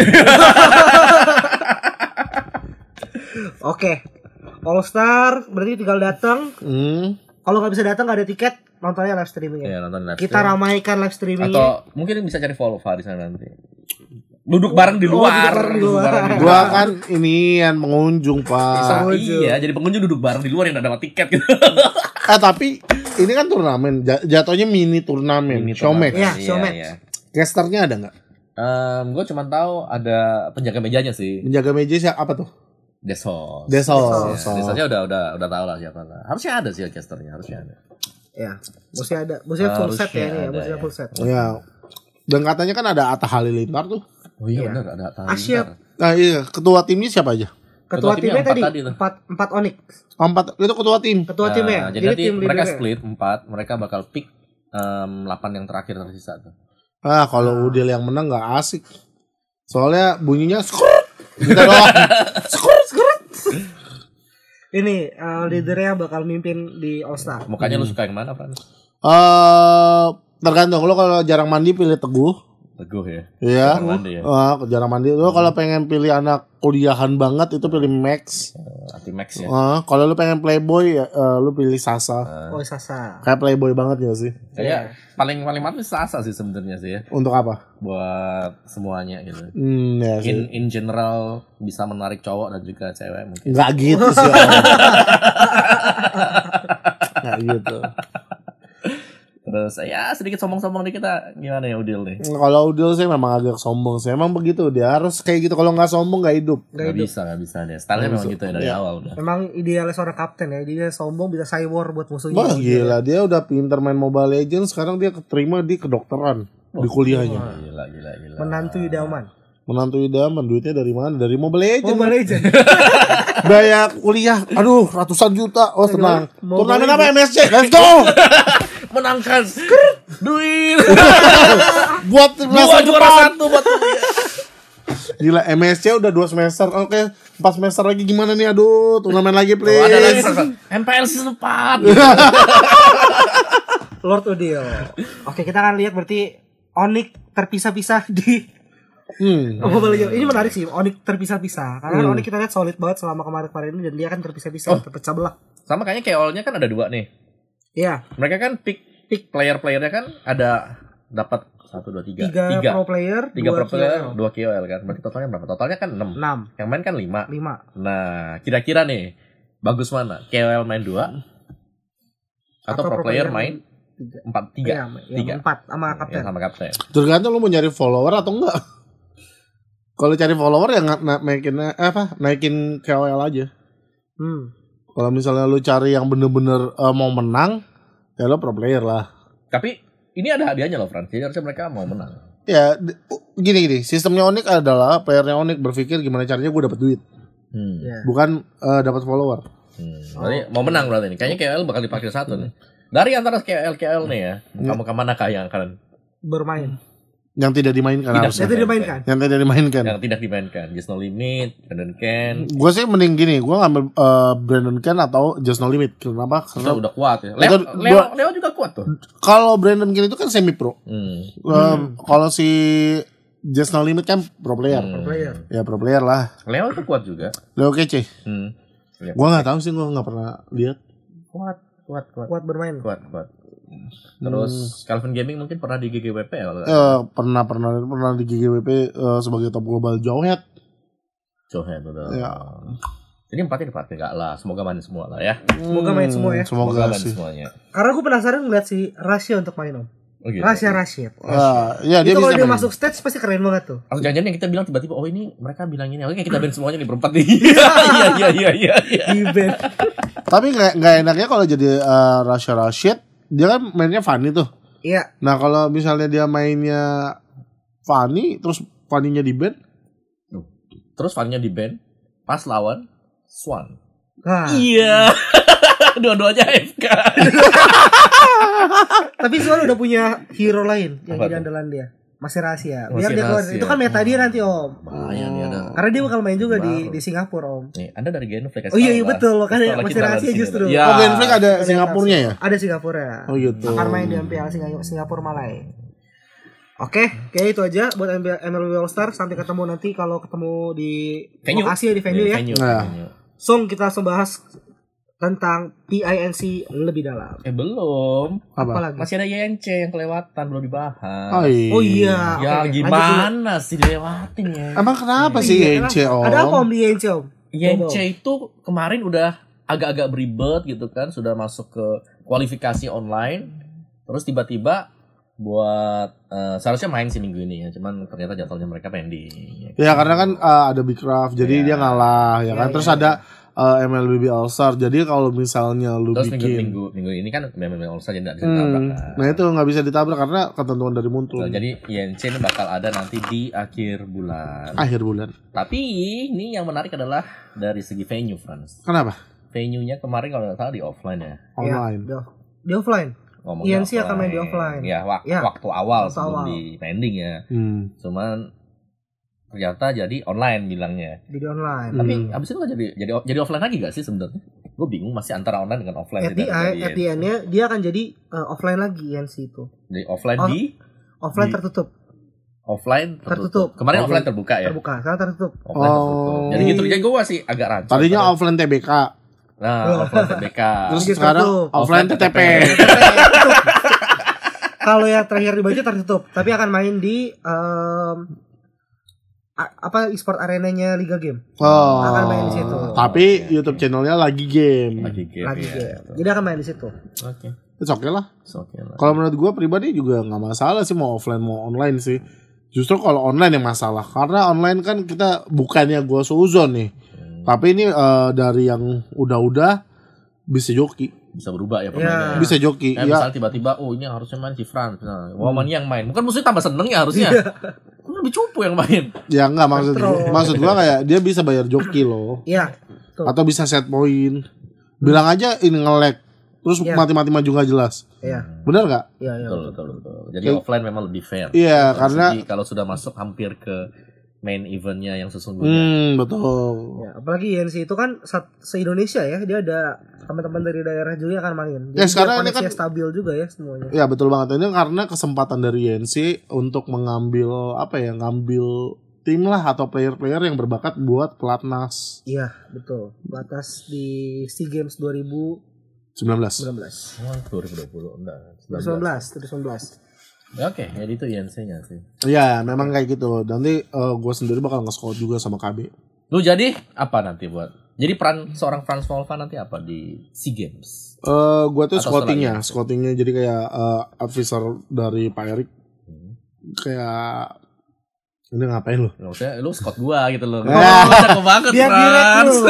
Oke. All Star berarti tinggal datang. Kalau nggak bisa datang nggak ada tiket, nontonnya live streaming Iya, nonton live Kita stream. ramaikan live streaming. Atau mungkin bisa cari Volva di sana nanti. Duduk bareng di luar. duduk bareng di luar. Gua kan ini yang pengunjung, Pak. Iya, jadi pengunjung duduk bareng di luar yang nggak dapat tiket gitu. Tapi ini kan turnamen, jatuhnya mini turnamen, showmatch. Iya, showmatch. Iya. Casternya ada nggak? Gue cuma tahu ada penjaga mejanya sih. Menjaga meja siapa apa tuh? Desos. Desosnya udah tahu lah siapa lah. Harusnya ada sih casternya, harusnya ada. Ya, mesti ada. Mesti full set ya ini ya, mesti full set. Ya. Dan katanya kan ada Atta Halilintar tuh. Oh iya benar ada Halilintar. Asyik. Nah iya, ketua timnya siapa aja? Ketua timnya empat tadi tuh. 4 Onyx. 4 itu ketua tim. Ketua timnya. Jadi nanti tim mereka leadernya. split 4, mereka bakal pick 8 yang terakhir tersisa tuh. Kalau Udil yang menang nggak asik. Soalnya bunyinya skrut. Gitu doang. Skrut. Ini leadernya bakal mimpin di All Star. Mukanya lu suka yang mana, Pan? Tergantung lo kalau jarang mandi pilih Teguh. Teguh ya. Iya. Jarang mandi ya. Jarang mandi. Lo kalau pengen pilih anak kuliahan banget itu pilih Max. Anti Max ya. Kalau lu pengen playboy ya, lu pilih Sasa. Oh, Sasa. Kayak playboy banget ya sih. Kayak paling mantap Sasa sih sebenarnya sih ya. Untuk apa? Buat semuanya gitu. Ya sih. In general bisa menarik cowok dan juga cewek mungkin. Nggak gitu sih. Nggak gitu. Terus ya sedikit sombong-sombong dikit gimana ya Udil nih? Kalau Udil sih memang agak sombong sih. Emang begitu dia harus kayak gitu. Kalau nggak sombong nggak hidup. Gak bisa deh. Stylenya memang gitu ya dari awal udah. Memang idealnya seorang kapten ya. Dia sombong bisa cyber buat musuhnya. Wah gila, dia udah pinter main Mobile Legends. Sekarang dia keterima di kedokteran di kuliahnya. Gila. Menantu idaman. Menantu idaman, duitnya dari mana? Dari Mobile Legends. Mobile Legends. Biaya kuliah, aduh ratusan juta. Oh tenang. Mobile Turnamen apa MSC? Let's go. Menangkan duit. Buat Gua juara 1 buat Gila, MSC udah 2 semester. Oke, 4 semester lagi gimana nih? Aduh, turnamen lagi please. ada lagi MPL season 4. Lord Udil. Oke, kita akan lihat berarti Onyx terpisah-pisah di Mobile Legends. Ini menarik sih, Onyx terpisah-pisah. Karena Onyx kita lihat solid banget selama kemarin-kemarin ini dan dia kan terpisah-pisah, terpecah belah. Sama kayaknya KO-nya kan ada 2 nih. Iya. Mereka kan pick player-playernya kan ada dapat 1 2 3. 3 pro player, 3 pro player, 2 KOL kan. Berarti totalnya berapa? Totalnya kan 6. 6. Yang main kan 5. 5. Nah, kira-kira nih bagus mana? KOL main 2 atau pro player main 4 3. 4 sama kapten. Ya, sama kapten. Tergantung lu mau nyari follower atau enggak. Kalau cari follower ya naikin KOL aja. Kalau misalnya lu cari yang bener-bener mau menang, ya lo pro player lah. Tapi ini ada hadiahnya loh, Fran. Jadi harusnya mereka mau menang. Ya, gini. Sistemnya Onyx adalah playernya Onyx berpikir gimana caranya gue dapat duit, bukan dapat follower. Berarti mau menang berarti ini. Kayaknya KL bakal dipakai 1 nih. Dari antara KL nih ya, kamu manakah yang akan bermain? Yang tidak dimainkan harusnya. Yang tidak dimainkan. Yang tidak dimainkan. Just No Limit, Brandon Ken. Gue sih mending gini, gue ngambil Brandon Ken atau Just No Limit. Kenapa? Karena udah kuat ya. Leo juga kuat tuh. Kalau Brandon Ken itu kan semi pro. Kalau si Just No Limit kan pro player. Ya pro player lah. Leo itu kuat juga. Leo kece. Gue nggak tahu sih, gue nggak pernah lihat. Kuat bermain. Kuat. Terus Calvin Gaming mungkin pernah di GGWP ya? Pernah di GGWP sebagai top global Jawhead. Betul. Ya. Jadi 4 dipakai enggak lah. Semoga main semua lah ya. Semoga main semua ya. Semoga main sih. semuanya. Karena gue penasaran ngeliat si Rasya untuk main om. Oh, gitu. Rashid. Ya, dia itu kalau bisa dia main. masuk stage pasti keren banget tuh. Atau jangan-jangan yang kita bilang tiba-tiba ini mereka bilang ini. Oke kita band semuanya nih berempat nih. Iya. Di band. Tapi nggak enaknya kalau jadi Rashid, dia kan mainnya funny tuh. Iya. Nah kalau misalnya dia mainnya funny, terus funny-nya di band, terus Fannya di ban pas lawan Swan. Nah, Iya. Dua-duanya FK. tapi Swan udah punya hero lain yang Apa jadi tuh? andalan dia. Masih rahasia. Masih Biar dia keluar. rahasia. Itu kan meta dia nanti Om. Bahaya nih ada. Karena dia bakal main juga Baru. di Singapura Om. Nih, Anda dari Genflix. Oh iya betul loh kan masih rahasia justru. Ya. Oh, Genflix ada Singapurnya ya? Ada Singapura. Oh gitu. Akan main di MPL Singapura Malai. Oke, kayak itu aja buat MLB All Star. Sampai ketemu nanti kalau ketemu di Venue. lokasi ya, di venue ya. Nah. Song kita bahas tentang PINC lebih dalam. Belum. Apa? Apalagi? Masih ada YNC yang kelewatan belum dibahas. Oh iya. Ya Oke, gimana sih dilewatin ya? Emang kenapa sih Iya, YNC Om? Ada apa Om di YNC Om? YNC itu kemarin udah agak-agak beribet gitu kan, sudah masuk ke kualifikasi online. Terus tiba-tiba buat seharusnya main sih minggu ini ya, cuman ternyata jadwalnya mereka pending. Ya karena kan ada Big Craft, jadi Iya. dia ngalah ya kan. Iya, Terus iya, ada MLB All Star. Jadi kalau misalnya lu Terus bikin, minggu ini kan MLB All Star jadi nggak bisa ditabrak kan. nah itu nggak bisa ditabrak karena ketentuan dari Muntun. So, jadi YNC ini bakal ada nanti di akhir bulan. Akhir bulan. Tapi ini yang menarik adalah dari segi venue, Frans. Kenapa? Venue-nya kemarin kalau nggak salah di offline ya. Online. Iya, di offline. Ngomongnya INC akan main di offline. Ya, Ya, waktu awal waktu sebelum awal. di pending ya. Cuman ternyata jadi online bilangnya. Jadi online. Tapi abis itu nggak jadi offline lagi gak sih sebenarnya? Gue bingung masih antara online dengan offline. At the end-nya dia akan jadi offline lagi INC itu. Jadi offline Offline Di- tertutup. offline Tertutup. Kemarin offline terbuka ya. Terbuka, sekarang tertutup. Offline tertutup. Jadi gitu jadi gue masih agak rancu. Tadinya offline TBK, Nah, offline TBK. terus Jadi sekarang tertutup. offline TTP. Kalau yang terakhir dibaca tertutup, tapi akan main di e-sport arenanya Liga Game. Oh. Akan main di situ. Tapi YouTube channelnya lagi game. Lagi game. Lagi ya. game. Jadi akan main di situ. Oke. It's okay lah. Oke lah. Kalau menurut gue pribadi juga nggak masalah sih mau offline mau online sih. Justru kalau online yang masalah. Karena online kan kita bukannya gue suzon nih. Tapi ini dari yang udah bisa joki. Bisa berubah ya permainannya. Bisa joki. Ya, Ya. misalnya tiba-tiba ini harusnya main si Frans. Nah, Waman yang main. Bukan musuhnya tambah seneng ya harusnya. Kan lebih cupu yang main. Ya enggak maksud gua kayak dia bisa bayar joki loh. Iya. Betul. Atau bisa set point. Bilang aja ini nge-lag. Terus Iya. mati-mati maju gak jelas. Iya. Bener gak? Iya, iya. Betul. Jadi offline memang lebih fair. Iya, Dari karena segi kalau sudah masuk hampir ke main eventnya yang sesungguhnya. betul. Ya, apalagi INC itu kan se-Indonesia ya, dia ada teman-teman dari daerah juga akan main. Ya, sekarang ini koneksinya kan- stabil juga ya semuanya. Ya betul banget. Ini karena kesempatan dari YNC untuk mengambil ngambil tim lah atau player-player yang berbakat buat pelatnas Iya, betul. Batas di SEA Games 2019. 19. Oh, 2020 enggak. 2019. Ya, oke, jadi itu INC-nya sih. Ya memang kayak gitu. Nanti gue sendiri bakal nge-scout juga sama KB. Lu jadi apa nanti buat? Jadi peran seorang Frans Volva nanti apa di SEA Games? Gue tuh Atau scoutingnya jadi kayak advisor dari Pak Erik. Kayak ini ngapain lu? Maksudnya lu scout gua gitu loh. Ah. Gua jago banget, Dia direct Frans. lu.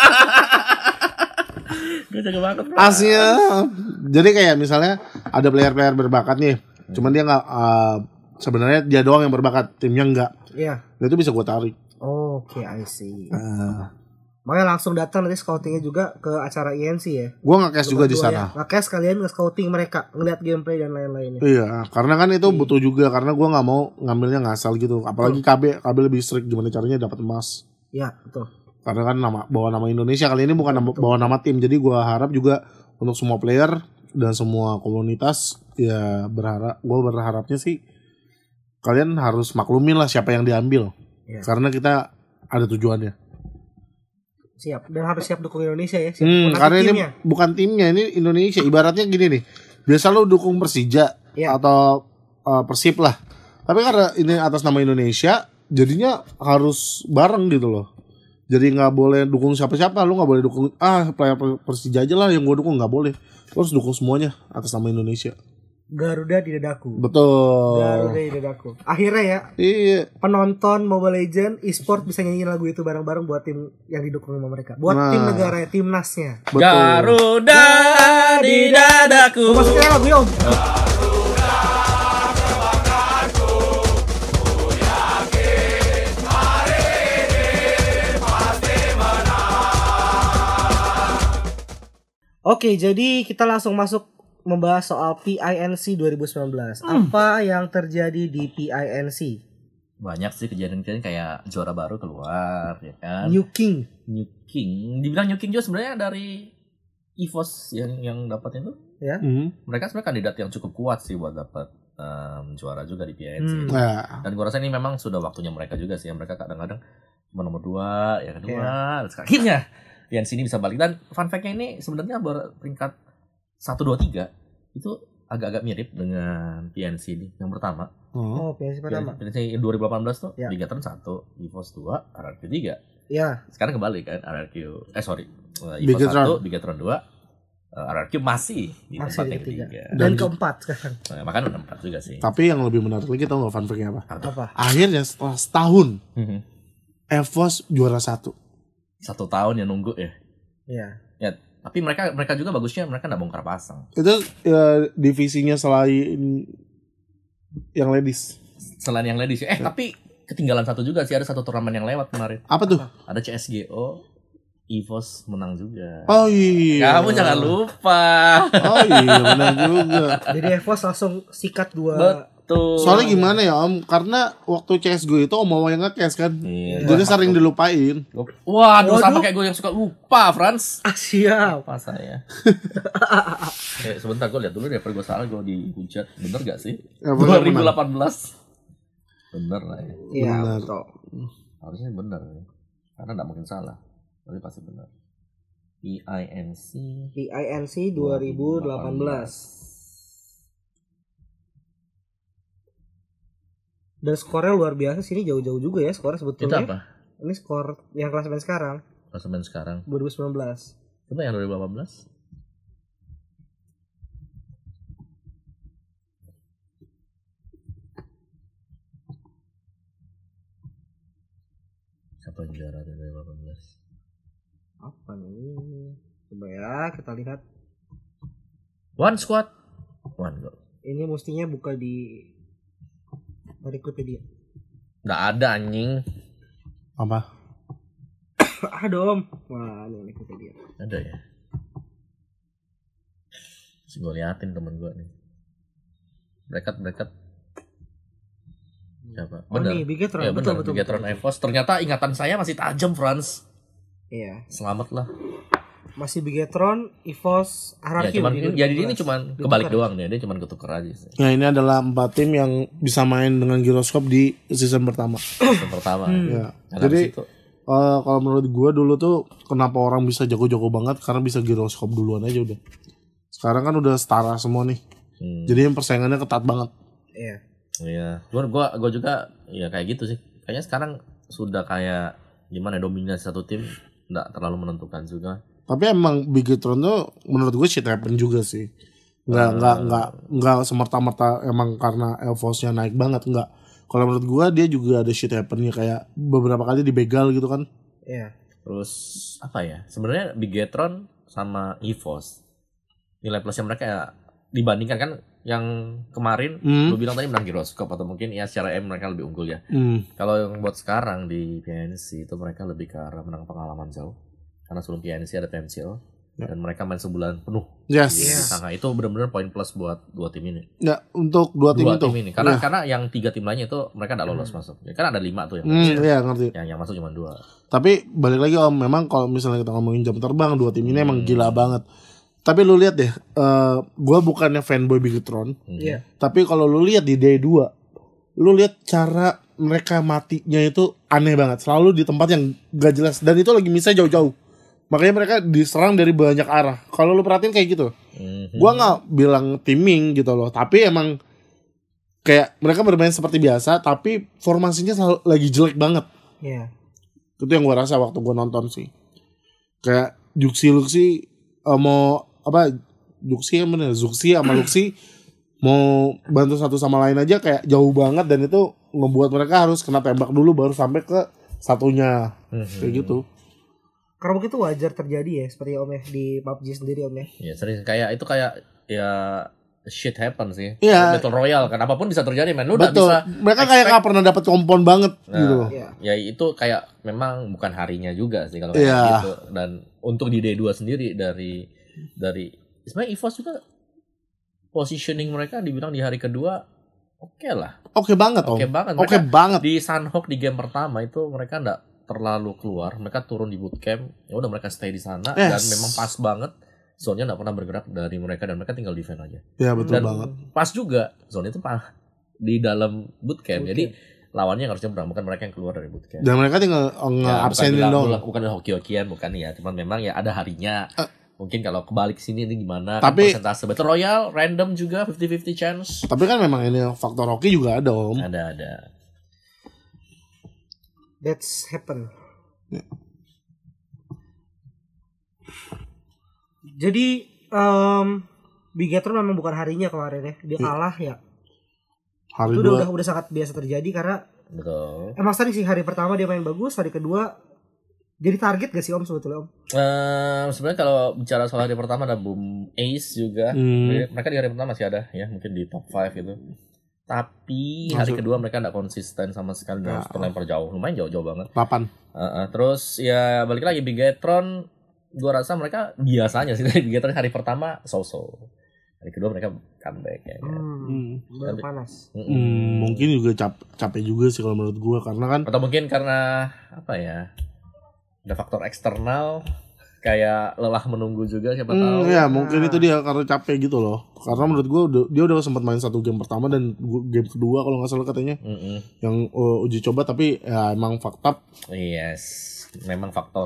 Gua jago banget, Frans. Aslinya. Jadi kayak misalnya ada player-player berbakat nih. Cuman dia nggak sebenarnya dia doang yang berbakat, timnya enggak. Iya. Nah, itu bisa gue tarik. Oke, I see. Makanya langsung datang nanti scoutingnya juga ke acara INC ya. Gue nge-cash juga di Berdua sana. Ya. Nge-cash kalian nge-scouting mereka, ngeliat gameplay dan lain-lainnya. Iya, karena kan itu butuh juga karena gue nggak mau ngambilnya ngasal gitu. Apalagi KB lebih strict gimana caranya dapat emas. Iya, betul. Karena kan bawa nama Indonesia kali ini bukan bawa nama tim. Jadi gue harap juga untuk semua player dan semua komunitas ya gue berharapnya sih kalian harus maklumin lah siapa yang diambil. Iya. Karena kita ada tujuannya. Siap. Dan harus siap dukung Indonesia ya. Siap Karena ini timnya. bukan timnya, ini Indonesia. Ibaratnya gini nih. Biasa lo dukung Persija Iya. atau Persib lah. Tapi karena ini atas nama Indonesia, jadinya harus bareng gitu loh. Jadi nggak boleh dukung siapa-siapa. Lo nggak boleh dukung player Persija aja lah yang gue dukung, nggak boleh. Lo harus dukung semuanya atas nama Indonesia. Garuda di dadaku. Betul. Garuda di dadaku. Akhirnya ya, Iya. penonton Mobile Legends e-sport bisa nyanyiin lagu itu bareng-bareng buat tim yang didukung sama mereka. Buat Nah. tim negara, timnasnya. Betul. Garuda di dadaku. Maksudnya lagu ya Om. Oke, jadi kita langsung masuk membahas soal PINC 2019. Apa yang terjadi di PINC? Banyak sih kejadian-kejadian kayak juara baru keluar, ya kan? New King. Dibilang New King juga sebenarnya dari EVOS yang dapat itu. Ya. Mereka sebenarnya kandidat yang cukup kuat sih buat dapat juara juga di PINC. Dan gue rasa ini memang sudah waktunya mereka juga sih. Mereka kadang-kadang cuma nomor 2, yang kedua. Terus akhirnya PINC ini bisa balik. Dan fun fact-nya ini sebenarnya peringkat 1, 2, 3 itu agak-agak mirip dengan PINC ini yang pertama. PINC pertama. PINC 2018 tuh Bigetron 1, EVOS 2, RRQ 3. Ya. Sekarang kebalik kan, EVOS 1, Bigetron 2. RRQ masih di tempat yang ketiga dan keempat sekarang. Makanya udah 4 juga sih. Tapi yang lebih menarik lagi tau gak fun fact-nya apa? Akhirnya setelah setahun EVOS juara 1. 1 tahun ya nunggu ya. Iya. Ya, tapi mereka juga bagusnya mereka nggak bongkar pasang. Itu divisinya selain yang ladies. Selain yang ladies. Tapi ketinggalan satu juga sih, ada satu turnamen yang lewat kemarin. Apa tuh? Ada CSGO. EVOS menang juga. Oh iya. Kamu jangan lupa. Oh iya, menang juga. Jadi EVOS langsung sikat 2. Betul. Soalnya gimana ya Om? Karena waktu CSGO itu Om mau yang nge-cash kan. Iya. Jadi sering dilupain. Waduh, sama kayak gue yang suka lupa, Frans. Siap. Apa saya? Sebentar gue lihat dulu deh, gue salah gue dihujat. Bener gak sih? Ya, 2018. Bener lah ya. Iya, betul. Harusnya bener ya. Karena gak mungkin salah. Tapi pasti benar. PINC 2018. Dan skornya luar biasa sih, ini jauh-jauh juga ya skornya sebetulnya. Itu apa? Ini skor yang klasemen sekarang. Klasemen sekarang 2019. Coba yang 2018. Siapa yang juara 2018? Apa nih? Coba ya kita lihat. One Squad. One Goal. Ini mestinya buka di Wikipedia. Nggak ada anjing. Apa? Ada Om. Wah, ini Wikipedia. Ada ya. Terus gue liatin temen gue nih. Bracket. Siapa? Benar. Nih, Bigetron. Ya, betul. Bigetron EVOS. Ternyata ingatan saya masih tajam, Frans. Iya. Selamat lah. Masih Bigetron, EVOS, RRQ. Ya, jadi ini cuman kebalik doang deh. Dia cuman ketuker aja sih. Nah, ini adalah 4 tim yang bisa main dengan Gyroscope di season pertama. Ya. Jadi kalau menurut gue dulu tuh kenapa orang bisa jago-jago banget karena bisa Gyroscope duluan aja udah. Sekarang kan udah setara semua nih. Jadi yang persaingannya ketat banget. Iya. Iya. Gue juga ya kayak gitu sih. Kayaknya sekarang sudah kayak gimana dominasi satu tim nggak terlalu menentukan juga. Tapi emang Bigetron tuh menurut gue shit happen juga sih. Nggak semerta-merta emang karena EVOS-nya naik banget, nggak. Kalau menurut gue dia juga ada shit happen-nya kayak beberapa kali dibegal gitu kan. Iya. Terus apa ya? Sebenarnya Bigetron sama EVOS nilai plusnya mereka ya dibandingkan kan yang kemarin lu bilang tadi menang Gyroscope atau mungkin ya secara mereka lebih unggul ya. Kalau yang buat sekarang di PINC itu mereka lebih ke arah menang pengalaman jauh. Karena sebelum PINC ada PMCL dan mereka main sebulan penuh di Shanghai. Itu benar-benar poin plus buat 2 tim ini. Ya, untuk 2 tim itu. Ini. Karena yang 3 tim lainnya itu mereka enggak lolos masuk. Ya, kan ada 5 tuh yang ngerti. Yang masuk cuma 2. Tapi balik lagi Om, memang kalau misalnya kita ngomongin jam terbang 2 tim ini emang gila banget. Tapi lu lihat deh, gue bukannya fanboy Bigetron. Tapi kalau lu lihat di D2, lu lihat cara mereka matinya itu aneh banget. Selalu di tempat yang gak jelas dan itu lagi misalnya jauh-jauh. Makanya mereka diserang dari banyak arah. Kalau lu perhatiin kayak gitu. Gua gak bilang timing gitu loh. Tapi emang kayak mereka bermain seperti biasa. Tapi formasinya selalu lagi jelek banget. Iya. Itu yang gua rasa waktu gua nonton sih. Kayak Juxi mau apa? Juxi kan bener. Zuxi sama Luxi mau bantu satu sama lain aja kayak jauh banget. Dan itu ngebuat mereka harus kena tembak dulu baru sampai ke satunya. Kayak gitu. Karena mungkin itu wajar terjadi ya, seperti Om ya di PUBG sendiri Om ya. Iya sering kayak itu kayak ya shit happen sih. Iya. Battle Royale kan apapun bisa terjadi men. Lu udah betul. bisa. Mereka kayak gak pernah dapat kompon banget gitu. Ya itu kayak memang bukan harinya juga sih kalau kayak gitu. Dan untuk di D2 sendiri dari dari sebenarnya EVOS juga positioning mereka dibilang di hari kedua oke lah. Oke banget Om. Oke banget. Di Sunhawk di game pertama itu mereka enggak terlalu keluar, mereka turun di bootcamp, ya udah mereka stay di sana dan memang pas banget. Zone-nya enggak pernah bergerak dari mereka dan mereka tinggal defend aja. Ya betul dan banget. Pas juga zone itu di dalam bootcamp. Jadi lawannya yang harusnya bukan mereka yang keluar dari bootcamp. Dan mereka tinggal nge-absenin dong. Bukan hoki-hokian, bukan ya. Cuman memang ya ada harinya. Mungkin kalau kebalik sini ini gimana? Tapi kan persentase Battle Royale random juga 50-50 chance. Tapi kan memang ini faktor hoki juga ada Om. Ada. That's happen. Ya. Jadi Bigetron memang bukan harinya kemarin ya. Dia kalah ya. Hari itu udah sangat biasa terjadi karena betul. Emang tadi sih hari pertama dia main bagus, hari kedua jadi target gak sih Om sebetulnya Om? Sebenarnya kalau bicara soal hari pertama ada Boom Ace juga. Mereka di hari pertama masih ada ya, mungkin di top 5 gitu. Tapi hari kedua mereka gak konsisten sama sekali dan terlempar jauh. Lumayan jauh-jauh banget. 8. Terus ya balik lagi Bigetron, gua rasa mereka biasanya sih dari Bigetron hari pertama so-so. Hari kedua mereka comeback ya. Baru panas. Mungkin juga capek juga sih kalau menurut gue karena kan. Atau mungkin karena apa ya? Ada faktor eksternal kayak lelah menunggu juga siapa tahu. Ya mungkin itu dia karena capek gitu loh. Karena menurut gue dia udah sempat main satu game pertama dan game kedua kalau nggak salah katanya. Yang uji coba tapi ya emang fakta. Yes, memang faktor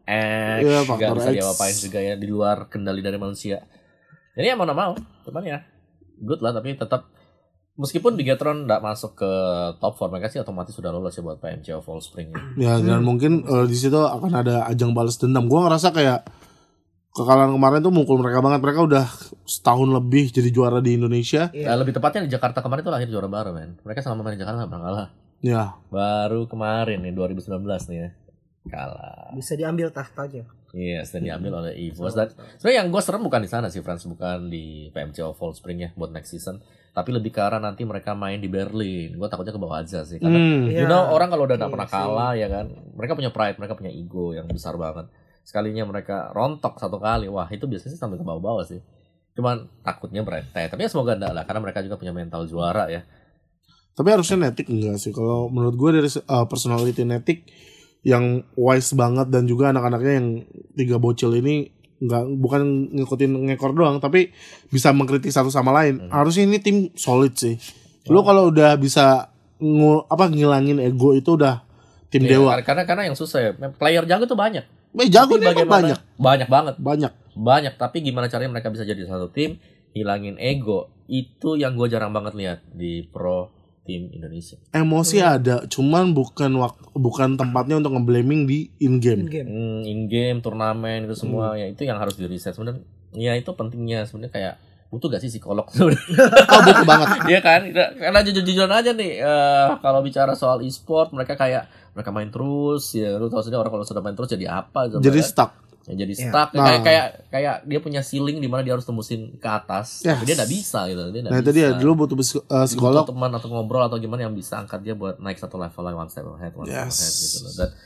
X. Gak bisa diapain juga ya di luar kendali dari manusia. Jadi ya mau gak mau, cuman ya good lah, tapi tetap meskipun Bigetron gak masuk ke top 4 mereka sih otomatis sudah lolos ya buat PMCO Fall Spring. Ya dan mungkin di situ akan ada ajang balas dendam. Gua ngerasa kayak kekalahan kemarin tuh mukul mereka banget. Mereka udah setahun lebih jadi juara di Indonesia. Lebih tepatnya di Jakarta kemarin tuh lahir juara baru men. Mereka selama main di Jakarta gak pernah kalah. Ya. Baru kemarin nih 2019 nih ya kalah. Bisa diambil tahtanya. Iya, dan diambil oleh EVOS. Dan sebenarnya yang gue serem bukan di sana sih, Frans, bukan di PMCO Fall Spring ya buat next season, tapi lebih ke arah nanti mereka main di Berlin. Gue takutnya ke bawah aja sih, karena orang kalau udah gak pernah kalah ya kan, mereka punya pride, mereka punya ego yang besar banget. Sekalinya mereka rontok satu kali, wah itu biasanya sih sampai ke bawah-bawah sih. Cuman takutnya berantai, tapi ya semoga enggak lah, karena mereka juga punya mental juara ya. Tapi harusnya Netik enggak sih? Kalau menurut gue dari personality Netik yang wise banget dan juga anak-anaknya yang 3 bocil ini bukan ngikutin ngekor doang tapi bisa mengkritik satu sama lain. Harusnya ini tim solid sih. Lu kalau udah bisa ngilangin ego itu udah tim dewa. Karena yang susah ya, player jago tuh banyak. Jago banyak. Banyak banget. Banyak, tapi gimana caranya mereka bisa jadi satu tim, hilangin ego. Itu yang gue jarang banget lihat di pro tim Indonesia. Emosi ada, cuman bukan tempatnya untuk ngeblaming di in-game. In-game, turnamen itu semua ya itu yang harus di reset sebenarnya. Ya itu pentingnya sebenarnya kayak butuh gak sih psikolog sebenarnya? Butuh banget. Iya kan? Karena jujur-jujuran aja nih kalau bicara soal e-sport mereka main terus ya lu tahu sendiri orang kalau sudah main terus jadi apa jadi stuck. Ya, jadi stuck kayak dia punya ceiling di mana dia harus tembusin ke atas tapi dia nggak bisa gitu itu dia dulu butuh psikolog, butuh teman atau ngobrol atau gimana yang bisa angkat dia buat naik satu level like one step ahead gitu loh. Dan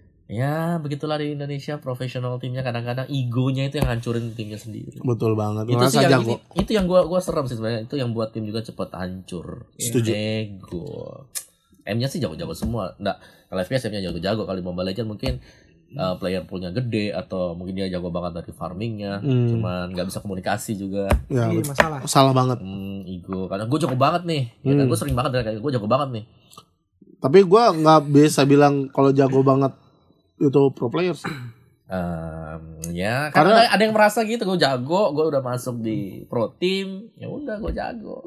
ya begitulah di Indonesia profesional timnya kadang-kadang egonya itu yang hancurin timnya sendiri. Betul banget. Itu yang gua serem sih sebenarnya, itu yang buat tim juga cepat hancur. Setuju. Ego M-nya sih jago-jago semua. Nggak, kalau FPS M-nya jago-jago. Kalau di Mobile Legends mungkin player poolnya gede atau mungkin dia jago banget dari farmingnya, cuman nggak bisa komunikasi juga. Ya, salah banget. Ego. Karena gue jago banget nih. Ya kan gue sering banget kayak gue jago banget nih. Tapi gue nggak bisa bilang kalau jago banget itu pro player sih. Ya karena ada yang merasa gitu gue jago, gue udah masuk di pro team, ya udah gue jago.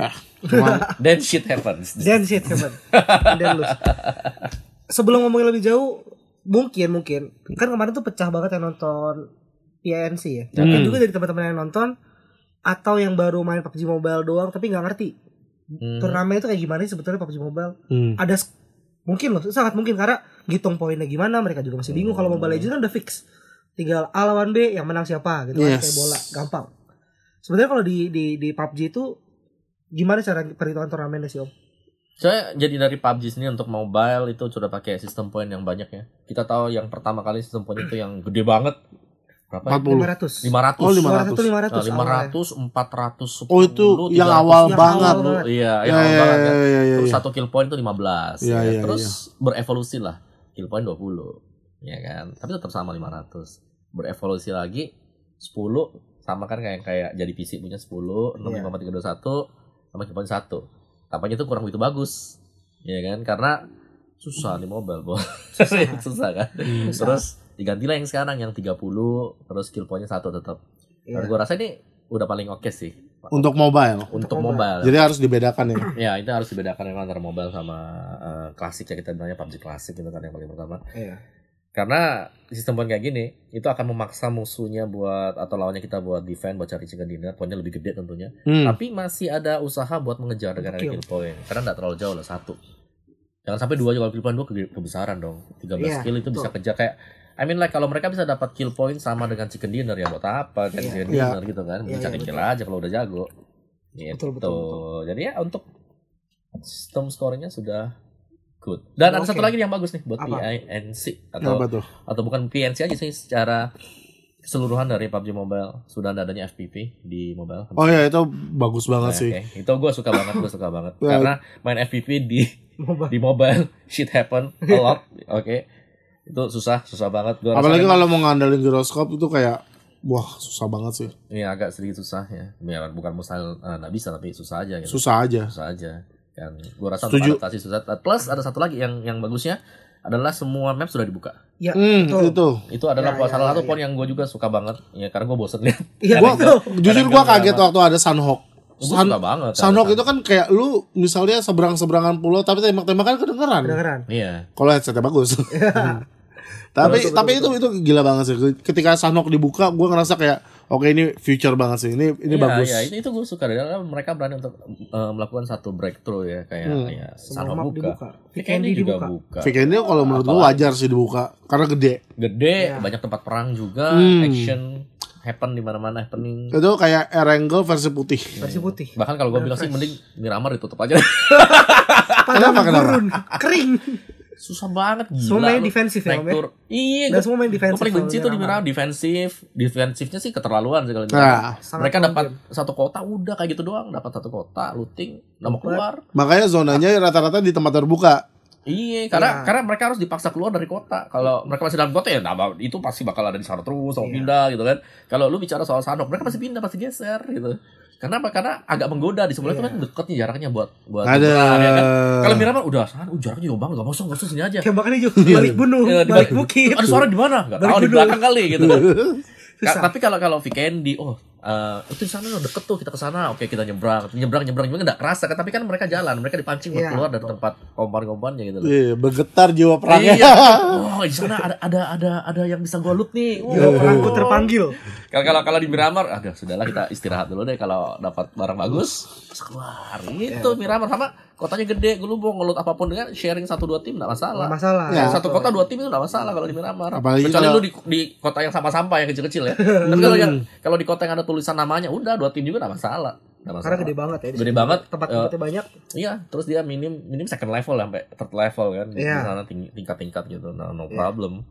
Then shit happens. And then lose. Sebelum ngomongin lebih jauh, mungkin kan kemarin tuh pecah banget yang nonton PNC ya. Mungkin juga dari teman-teman yang nonton atau yang baru main PUBG Mobile doang tapi nggak ngerti turnamen itu kayak gimana sih sebetulnya PUBG Mobile. Ada mungkin loh, sangat mungkin karena ngitung poinnya gimana mereka juga masih bingung. Kalau Mobile Legends kan udah fix, tinggal A lawan B yang menang siapa gitu kan, kayak bola gampang. Sebenarnya kalau di PUBG itu gimana cara perhitungan turnamennya sih Om? Saya jadi dari PUBG sendiri untuk mobile itu sudah pakai sistem poin yang banyak ya. Kita tahu yang pertama kali sistem poin itu yang gede banget. Berapa? 40. 500. 500. Oh, 500. 500, 410. Oh, itu yang awal banget. Iya, yang awal banget kan. Iya. Terus 1 kill point itu 15. Iya, ya. iya, Terus berevolusi lah. Kill point 20. Ya kan. Tapi tetap sama 500. Berevolusi lagi 10 sama kan kayak jadi PC punya 10, 65321 sama kill point 1. Tampaknya itu kurang begitu bagus. Ya kan? Karena susah di mobile, Bos. Susah kan. Terus digantilah yang sekarang yang 30 terus kill point-nya 1 tetap. Dan gua rasa ini udah paling oke sih Untuk mobile. untuk mobile. Jadi harus dibedakan ya. Ya, itu harus dibedakan memang antara mobile sama klasik ya, kita bilangnya PUBG klasik itu kan yang paling pertama. Iya. Karena sistem point kayak gini itu akan memaksa musuhnya buat atau lawannya kita buat defend, buat cari chicken dinner, poinnya lebih gede tentunya. Tapi masih ada usaha buat mengejar dengan kill point. Karena enggak terlalu jauh lah 1. Jangan sampai 2 kalau kill point 2 kebesaran dong. 13 kill itu bisa kejar kayak kalau mereka bisa dapat kill point sama dengan chicken dinner ya buat apa kan chicken dinner gitu kan. Bisa kill aja kalau udah jago. Gitu. Betul. Jadi ya untuk sistem scoringnya sudah good. Dan ada satu lagi yang bagus nih buat PNC atau bukan PNC aja sih, secara keseluruhan dari PUBG Mobile sudah adanya FPV di mobile. Oh ya, itu bagus banget sih. Itu gue suka banget, karena main FPV di mobile shit happen a lot. Itu susah banget. Apalagi kalau mau ngandalin gyroscope itu kayak wah, susah banget sih. Iya, agak sedikit susah ya. Bukan mustahil nggak bisa, tapi susah aja gitu. Susah aja. Kan gua rasa untuk adaptasi susah. Plus ada satu lagi yang bagusnya adalah semua map sudah dibuka. Iya, itu adalah salah satu poin yang gue juga suka banget ya, karena gue bosen lihat. Jujur gue kaget waktu ada Sunhawk. Suka banget. Sunhawk itu kan kayak lu misalnya seberangan pulau tapi tembak-tembakan kedengeran. Iya. Kalau headsetnya bagus. Tapi itu gila banget sih. Ketika Sunhawk dibuka, gue ngerasa kayak oke, ini future banget sih. Ini bagus. Iya, itu gue suka. Mereka berani untuk melakukan satu breakthrough ya, kayak Sunhawk buka. Vikendi juga buka. Vikendi kalau menurut gue wajar sih dibuka karena gede, banyak tempat perang juga, action happen di mana-mana happening. Itu kayak Erangel versi putih. Bahkan kalau gue bilang sih mending Miramar ditutup aja. Kenapa? Kering. Susah banget, gila. Semua main defensif ya, Om. Iya, semua main defensif. Gue paling benci tuh di Miramar defensifnya sih keterlaluan sih kalau mereka dapat satu kota udah kayak gitu doang, dapat satu kota looting, nggak mau keluar. Makanya zonanya rata-rata di tempat terbuka. Iya, karena mereka harus dipaksa keluar dari kota. Kalau mereka masih dalam kota ya, itu pasti bakal ada di sana terus, mau pindah gitu kan. Kalau lu bicara soal Sanok, mereka pasti pindah, pasti geser gitu. Karena apa? Karena agak menggoda di sebelah itu kan dekatnya jaraknya buat ada ya kan. Kalau Miramar udah sana, jaraknya jauh banget, enggak usah sini aja. Tembakannya jauh, balik gunung, balik bukit. Ada suara di mana? Enggak tahu, di belakang kali gitu kan. Tapi kalau Vikendi, itu di sana deket tuh, kita ke sana, oke kita nyebrang enggak kerasa kan, tapi kan mereka jalan, mereka dipancing buat keluar dari tempat kompan-kompannya gitu loh. Iya, bergetar jiwa perangnya. Di sana ada yang bisa gua loot nih. Perangku terpanggil. Kalau di Miramar, sudahlah kita istirahat dulu deh, kalau dapat barang bagus terus keluar. Itu Miramar sama kotanya gede, gue mau ngeloot apapun dengan sharing 1-2 tim enggak masalah. Ya, satu kota 2 tim itu enggak masalah kalau di Miramar. Apalagi kecuali lu di kota yang sampah-sampah yang kecil-kecil ya. Tapi kalau di kota yang ada tulisan namanya, udah 2 tim juga enggak masalah. Karena gede banget ya. Gede banget. Tempat-tempatnya banyak. Iya, terus dia minim second level sampai third level kan. Di sana tingkat-tingkat gitu. No problem.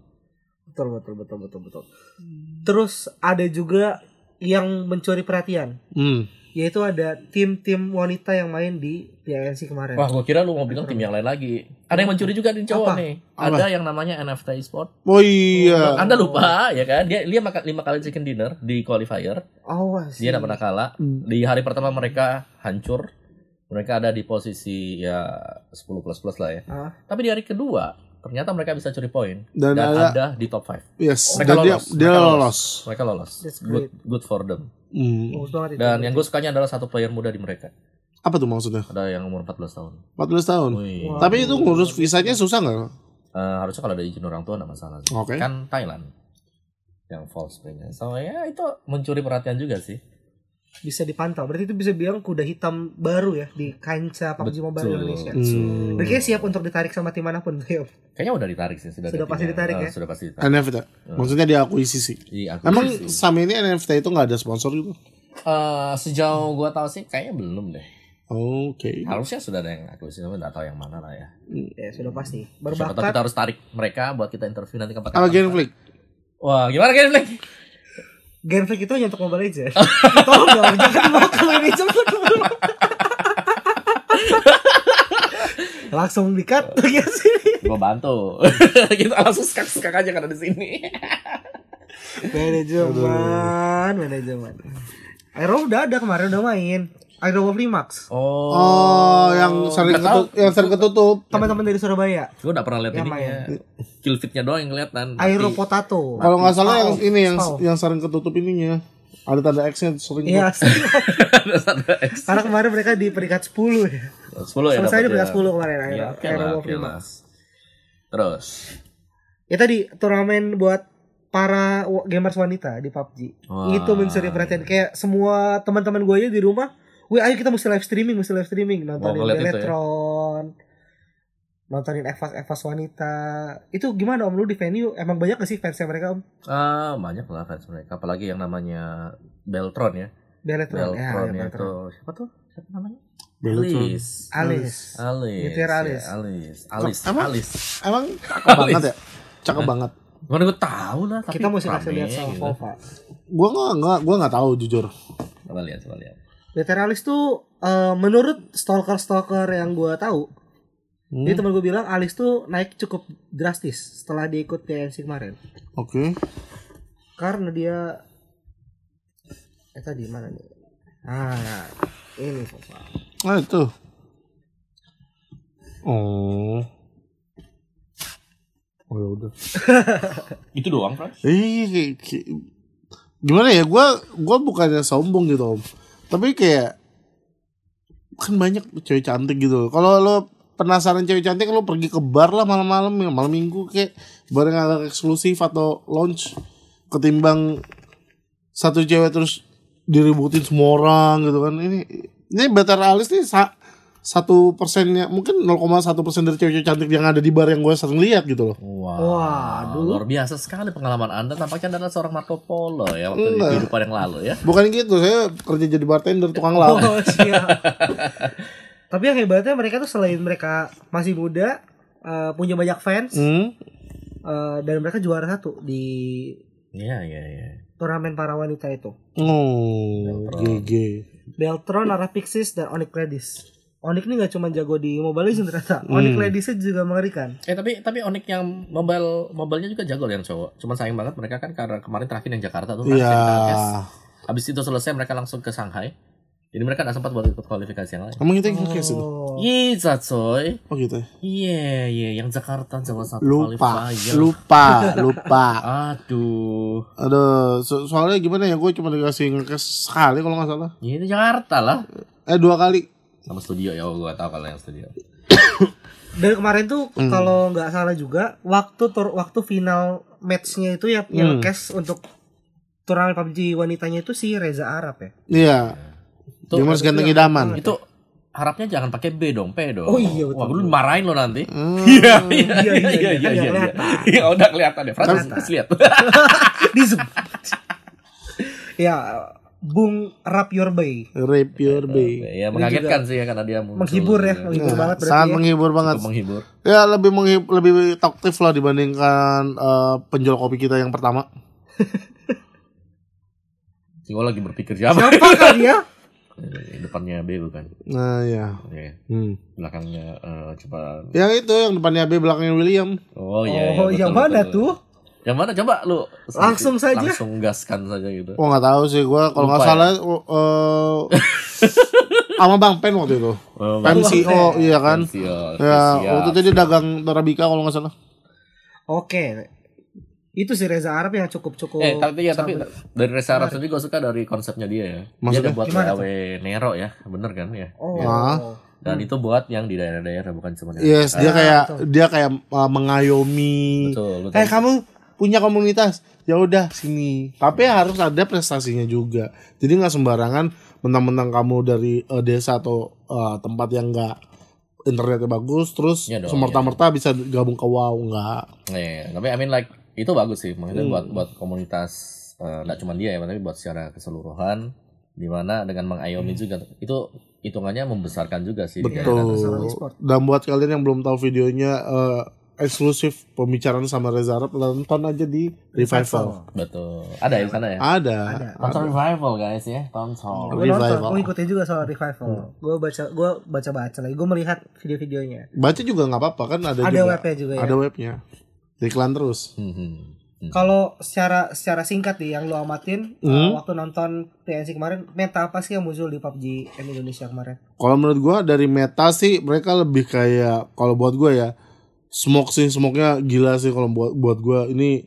Betul. Terus ada juga yang mencuri perhatian. Yaitu ada tim-tim wanita yang main di PNC kemarin. Wah, gua kira lu mau bilang tim yang lain lagi. Ada yang mencuri juga di cowok nih. Ada yang namanya NFT Esport. Oh iya. Anda lupa ya kan? Dia 5 kali chicken dinner di qualifier. Dia enggak pernah kalah. Di hari pertama mereka hancur. Mereka ada di posisi ya 10 plus lah ya. Tapi di hari kedua ternyata mereka bisa curi poin dan ada di top 5. Yes. Mereka lolos. Mereka lolos. Good for them. Dan yang gue sukanya adalah satu player muda di mereka. Apa tuh maksudnya? Ada yang umur 14 tahun. 14 tahun. Tapi itu ngurus visanya susah nggak? Harusnya kalau ada izin orang tua nggak masalah sih. Kan Thailand yang false spring-nya. So ya itu mencuri perhatian juga sih. Bisa dipantau. Berarti itu bisa bilang kuda hitam baru ya di kancah PUBG Mobile Indonesia. Berarti siap untuk ditarik sama tim manapun tuh. Kayaknya udah ditarik sih. Sudah pasti ditarik ya. Sudah pasti ditarik. NFT. Maksudnya diakuisisi. Emang sama ini NFT itu nggak ada sponsor gitu? Sejauh gua tahu sih kayaknya belum deh. Oke. Harusnya sudah ada yang akuisisi, tapi nggak tahu yang mana lah ya. Ya sudah pasti. Berbakat. Kita harus tarik mereka buat kita interview nanti kapan. Apa Genflix? Wah, gimana Genflix? Genflix itu hanya untuk Mobile Legends. Tolong dong, jangan dibawa ke manajemen. Langsung di-cut lagi sini. Gua bantu. Kita langsung skak aja karena di sini. Manajemen. Aero udah ada kemarin udah main. Aero Wolf Max. Oh, yang sering ketutup. Teman-teman dari Surabaya. Gue udah pernah lihat ininya. Kill feed-nya doang yang kelihatan. Aero Potato. Kalau nggak salah yang ini yang sering ketutup ininya. Ada tanda X-nya sering. Iya. Ada tanda X. Karena kemarin mereka di peringkat 10 ya. 10 ya. Selesai di peringkat 10 kemarin Aero Wolf Max. Terus. Ya tadi turnamen buat para gamers wanita di PUBG. Wah. Itu mencuri perhatian kayak semua teman-teman gue aja di rumah. Wih, ayo kita mesti live streaming nontonin Beletron, nontonin Evas wanita. Itu gimana Om, lu di venue emang banyak gak sih fansnya mereka Om? Banyak lah fans mereka, apalagi yang namanya Beltron ya. Beltron ya, itu siapa tuh? Siapa namanya? Alis. Emang cakep banget ya? Cakep banget. Mana gue tahu lah. Kita mesti kasih lihat sama Vova. Gue nggak tahu jujur. Coba lihat. Veteralis tuh menurut stalker yang gue tahu, jadi teman gue bilang Alis tuh naik cukup drastis setelah dia ikut TNC kemarin. Oke. Karena dia tadi mana nih? Ini Vova. Itu. Oh ya udah. Itu doang, Franz? Gimana ya? Gue bukannya sombong gitu Om. Tapi kayak kan banyak cewek cantik gitu. Kalau lo penasaran cewek cantik, lo pergi ke bar lah malam minggu kayak bar yang agak eksklusif atau lounge, ketimbang satu cewek terus diributin semua orang gitu kan. Ini Better Alice nih 1%-nya mungkin 0,1% dari cewek-cewek cantik yang ada di bar yang gue sering lihat gitu loh. Waduh, luar biasa sekali pengalaman Anda. Tampaknya Anda adalah seorang Marco Polo ya waktu di kehidupan yang lalu ya. Bukan gitu, saya kerja jadi bartender, tukang lauk. Oh siap. Tapi yang hebatnya mereka tuh selain mereka masih muda, punya banyak fans, dan mereka juara 1 di turnamen para wanita itu. GG. Beltron, Lara Pixis, dan Onyx Ladies. Onyx ini gak cuma jago di Mobile Legends ternyata. Onyx Ladiesnya juga mengerikan. Tapi Onyx yang mobilenya juga jago yang cowok. Cuma sayang banget mereka kan karena kemarin terakhir yang Jakarta tuh. Iya. Habis itu selesai mereka langsung ke Shanghai. Jadi mereka gak sempat buat ikut kualifikasi yang lain. Emang kita yang nge-case itu? Iya coy. Oh gitu ya? Iya yang Jakarta salah satu lupa. Aduh, soalnya gimana ya, gue cuma dikasih nge-case sekali kalau gak salah. Iya itu Jakarta lah. 2 kali. Sama studio ya, gue tahu kalau yang studio. Dari kemarin tuh kalau nggak salah juga waktu final matchnya itu yang cash untuk turnamen PUBG wanitanya itu si Reza Arab ya. Iya. Gamers ganteng idaman. Itu harapnya jangan pakai B dong, P dong. Oh iya betul. Wah, lu marahin lo nanti. Iya. Iya, udah kelihatan deh. Frans lihat. Di zoom. Ya, Bung Rap Your Bay. Ya mengagetkan sih ya karena dia menghibur ya, menghibur banget berarti. Sangat menghibur banget. Menghibur. Ya lebih talkative lah dibandingkan penjual kopi kita yang pertama. Gue lagi berpikir siapa kan dia? Depannya B bukan? Nah ya. Belakangnya coba. Yang itu yang depannya B belakangnya William. Oh iya. Yang mana tuh? Yang mana coba lu langsung gaskan saja gitu. Oh nggak tahu sih gue kalau nggak salah sama Bang Pen waktu itu. PMCO iya kan. Ya waktu itu dia dagang Torabika kalau nggak salah. Oke. Itu si Reza Arab yang cukup. Tapi dari Reza Arab sendiri gue suka dari konsepnya dia ya. Maksudnya? Dia buat WAW Nero ya, bener kan ya. Dan itu buat yang di daerah-daerah bukan cuma. Yes, dia kayak mengayomi. Betul. Kayak kamu punya komunitas, ya udah sini. Tapi harus ada prestasinya juga. Jadi nggak sembarangan mentang-mentang kamu dari desa atau tempat yang nggak internetnya bagus, terus semerta-merta bisa gabung ke WoW nggak? Tapi I mean like itu bagus sih, maksudnya buat komunitas nggak cuma dia ya, tapi buat secara keseluruhan. Dimana dengan mengayomi juga itu hitungannya membesarkan juga sih. Betul. Dan buat kalian yang belum tahu videonya, eksklusif pembicaraan sama Reza Arab, nonton aja di Revival. Betul. Ada di sana ya? Ada. Tonton Revival guys ya, tonton. Gue nonton, gue ikutin juga soal Revival. Gue baca lagi. Gue melihat video-videonya. Baca juga nggak apa-apa kan, ada juga. Webnya juga ya. Ada webnya. Iklan terus. Kalau secara singkat nih yang lo amatin waktu nonton PNC kemarin, meta apa sih yang muncul di PUBG Indonesia kemarin? Kalau menurut gue dari meta sih mereka lebih kayak, kalau buat gue ya, smoke-nya gila sih kalau buat gue ini.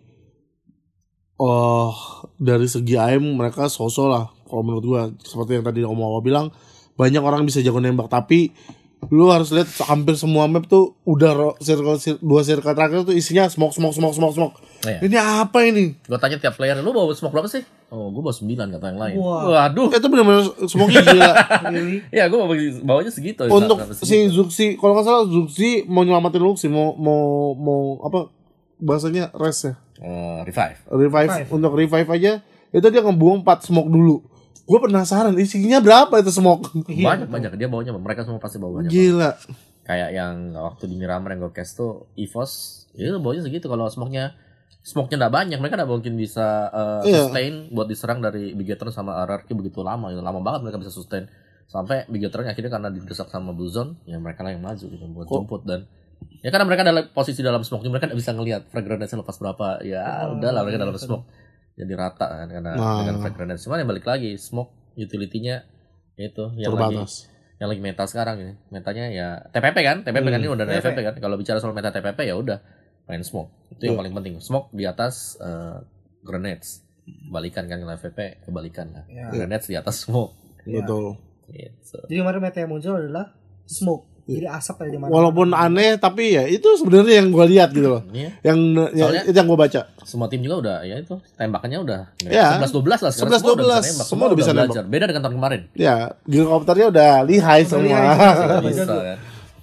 Dari segi aim mereka sosok lah kalau menurut gue. Seperti yang tadi Om Wawa bilang, banyak orang bisa jago nembak, tapi lu harus lihat hampir semua map tuh udah dua circle terakhir tuh isinya smoke. Iya. Ini apa ini? Gue tanya tiap player, lu bawa smoke berapa sih? Oh, gue bawa 9 kata yang lain. Waduh. Itu benar-benar smoke-nya gila. Iya, gue bawanya segitu. Untuk si Zuxi, kalau nggak salah Zuxi mau nyelamatin Luxi, mau apa bahasanya res ya? Revive. Untuk revive aja itu dia ngebuang 4 smoke dulu. Gue penasaran isinya berapa itu smoke. Banyak dia bawanya, mereka semua pasti bawa banyak. Gila. Kayak yang waktu di Miramar yang gue cast tuh EVOS, itu bawanya segitu. Kalau smoke-nya enggak banyak, mereka enggak mungkin bisa sustain buat diserang dari Bigetron sama RRQ begitu lama. Lama banget mereka bisa sustain. Sampai Bigetron akhirnya karena didesak sama Blue Zone, ya mereka lah yang maju gitu buat jemput. Dan ya karena mereka dalam posisi dalam smoke, mereka enggak bisa ngelihat frag grenade lepas berapa. Ya udahlah mereka dalam smoke. Jadi rata kan karena dengan frag grenade. Cuman yang balik lagi smoke utility-nya itu yang terbatas. Yang lagi meta sekarang ini. Metanya ya TPP kan ini udah ada FPP kan. Kalau bicara soal meta TPP ya udah main smoke. Itu yang paling penting. Smoke di atas grenades. Balikan kan kalau FPP kebalikan lah. Grenades di atas smoke. Betul. Gitu. Jadi kemarin meta yang muncul adalah smoke. Jadi asap dari mana? Walaupun aneh tapi ya itu sebenarnya yang gue lihat gitu loh. Yang itu yang gue baca. Semua tim juga udah ya itu tembakannya udah 11-12 lah sekarang. 11-12 semua udah bisa belajar. Beda dengan tahun kemarin. Ya, helikopternya udah lihai semua. Bisa kan.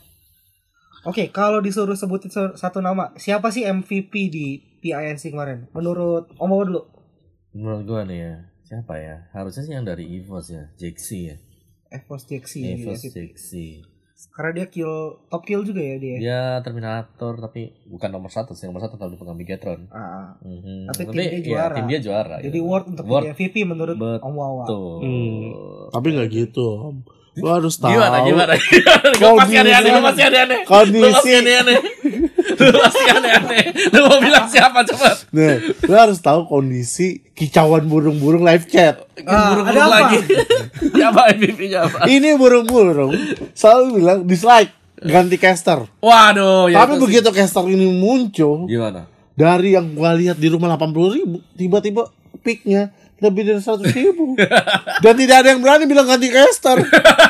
Oke, kalau disuruh sebutin satu nama, siapa sih MVP di PINC kemarin? Menurut Om Wawa dulu. Menurut gue nih ya, siapa ya? Harusnya sih yang dari EVOS ya, Jexi ya. EVOS Jexi. Karena dia top kill juga ya dia. Dia Terminator tapi bukan nomor 1 sih, nomor 1 tapi pegang Bigetron. Tapi tim dia juara. Jadi worth untuk MVP menurut Om Wawa. Tapi nggak gitu Om. Lu harus tahu. Gimana? Lu masih aneh. Kondisi. Lu masih aneh. Lu mau bilang siapa coba? Nih, lu harus tahu kondisi kicauan burung-burung live chat. Burung-burung lagi. Siapa MVP-nya apa? Ini burung-burung selalu bilang dislike, ganti caster. Waduh, ya. Tapi begitu caster ini muncul, gimana? Dari yang gua lihat di rumah 80.000, tiba-tiba peaknya lebih dari 100.000. Dan tidak ada yang berani bilang ganti caster.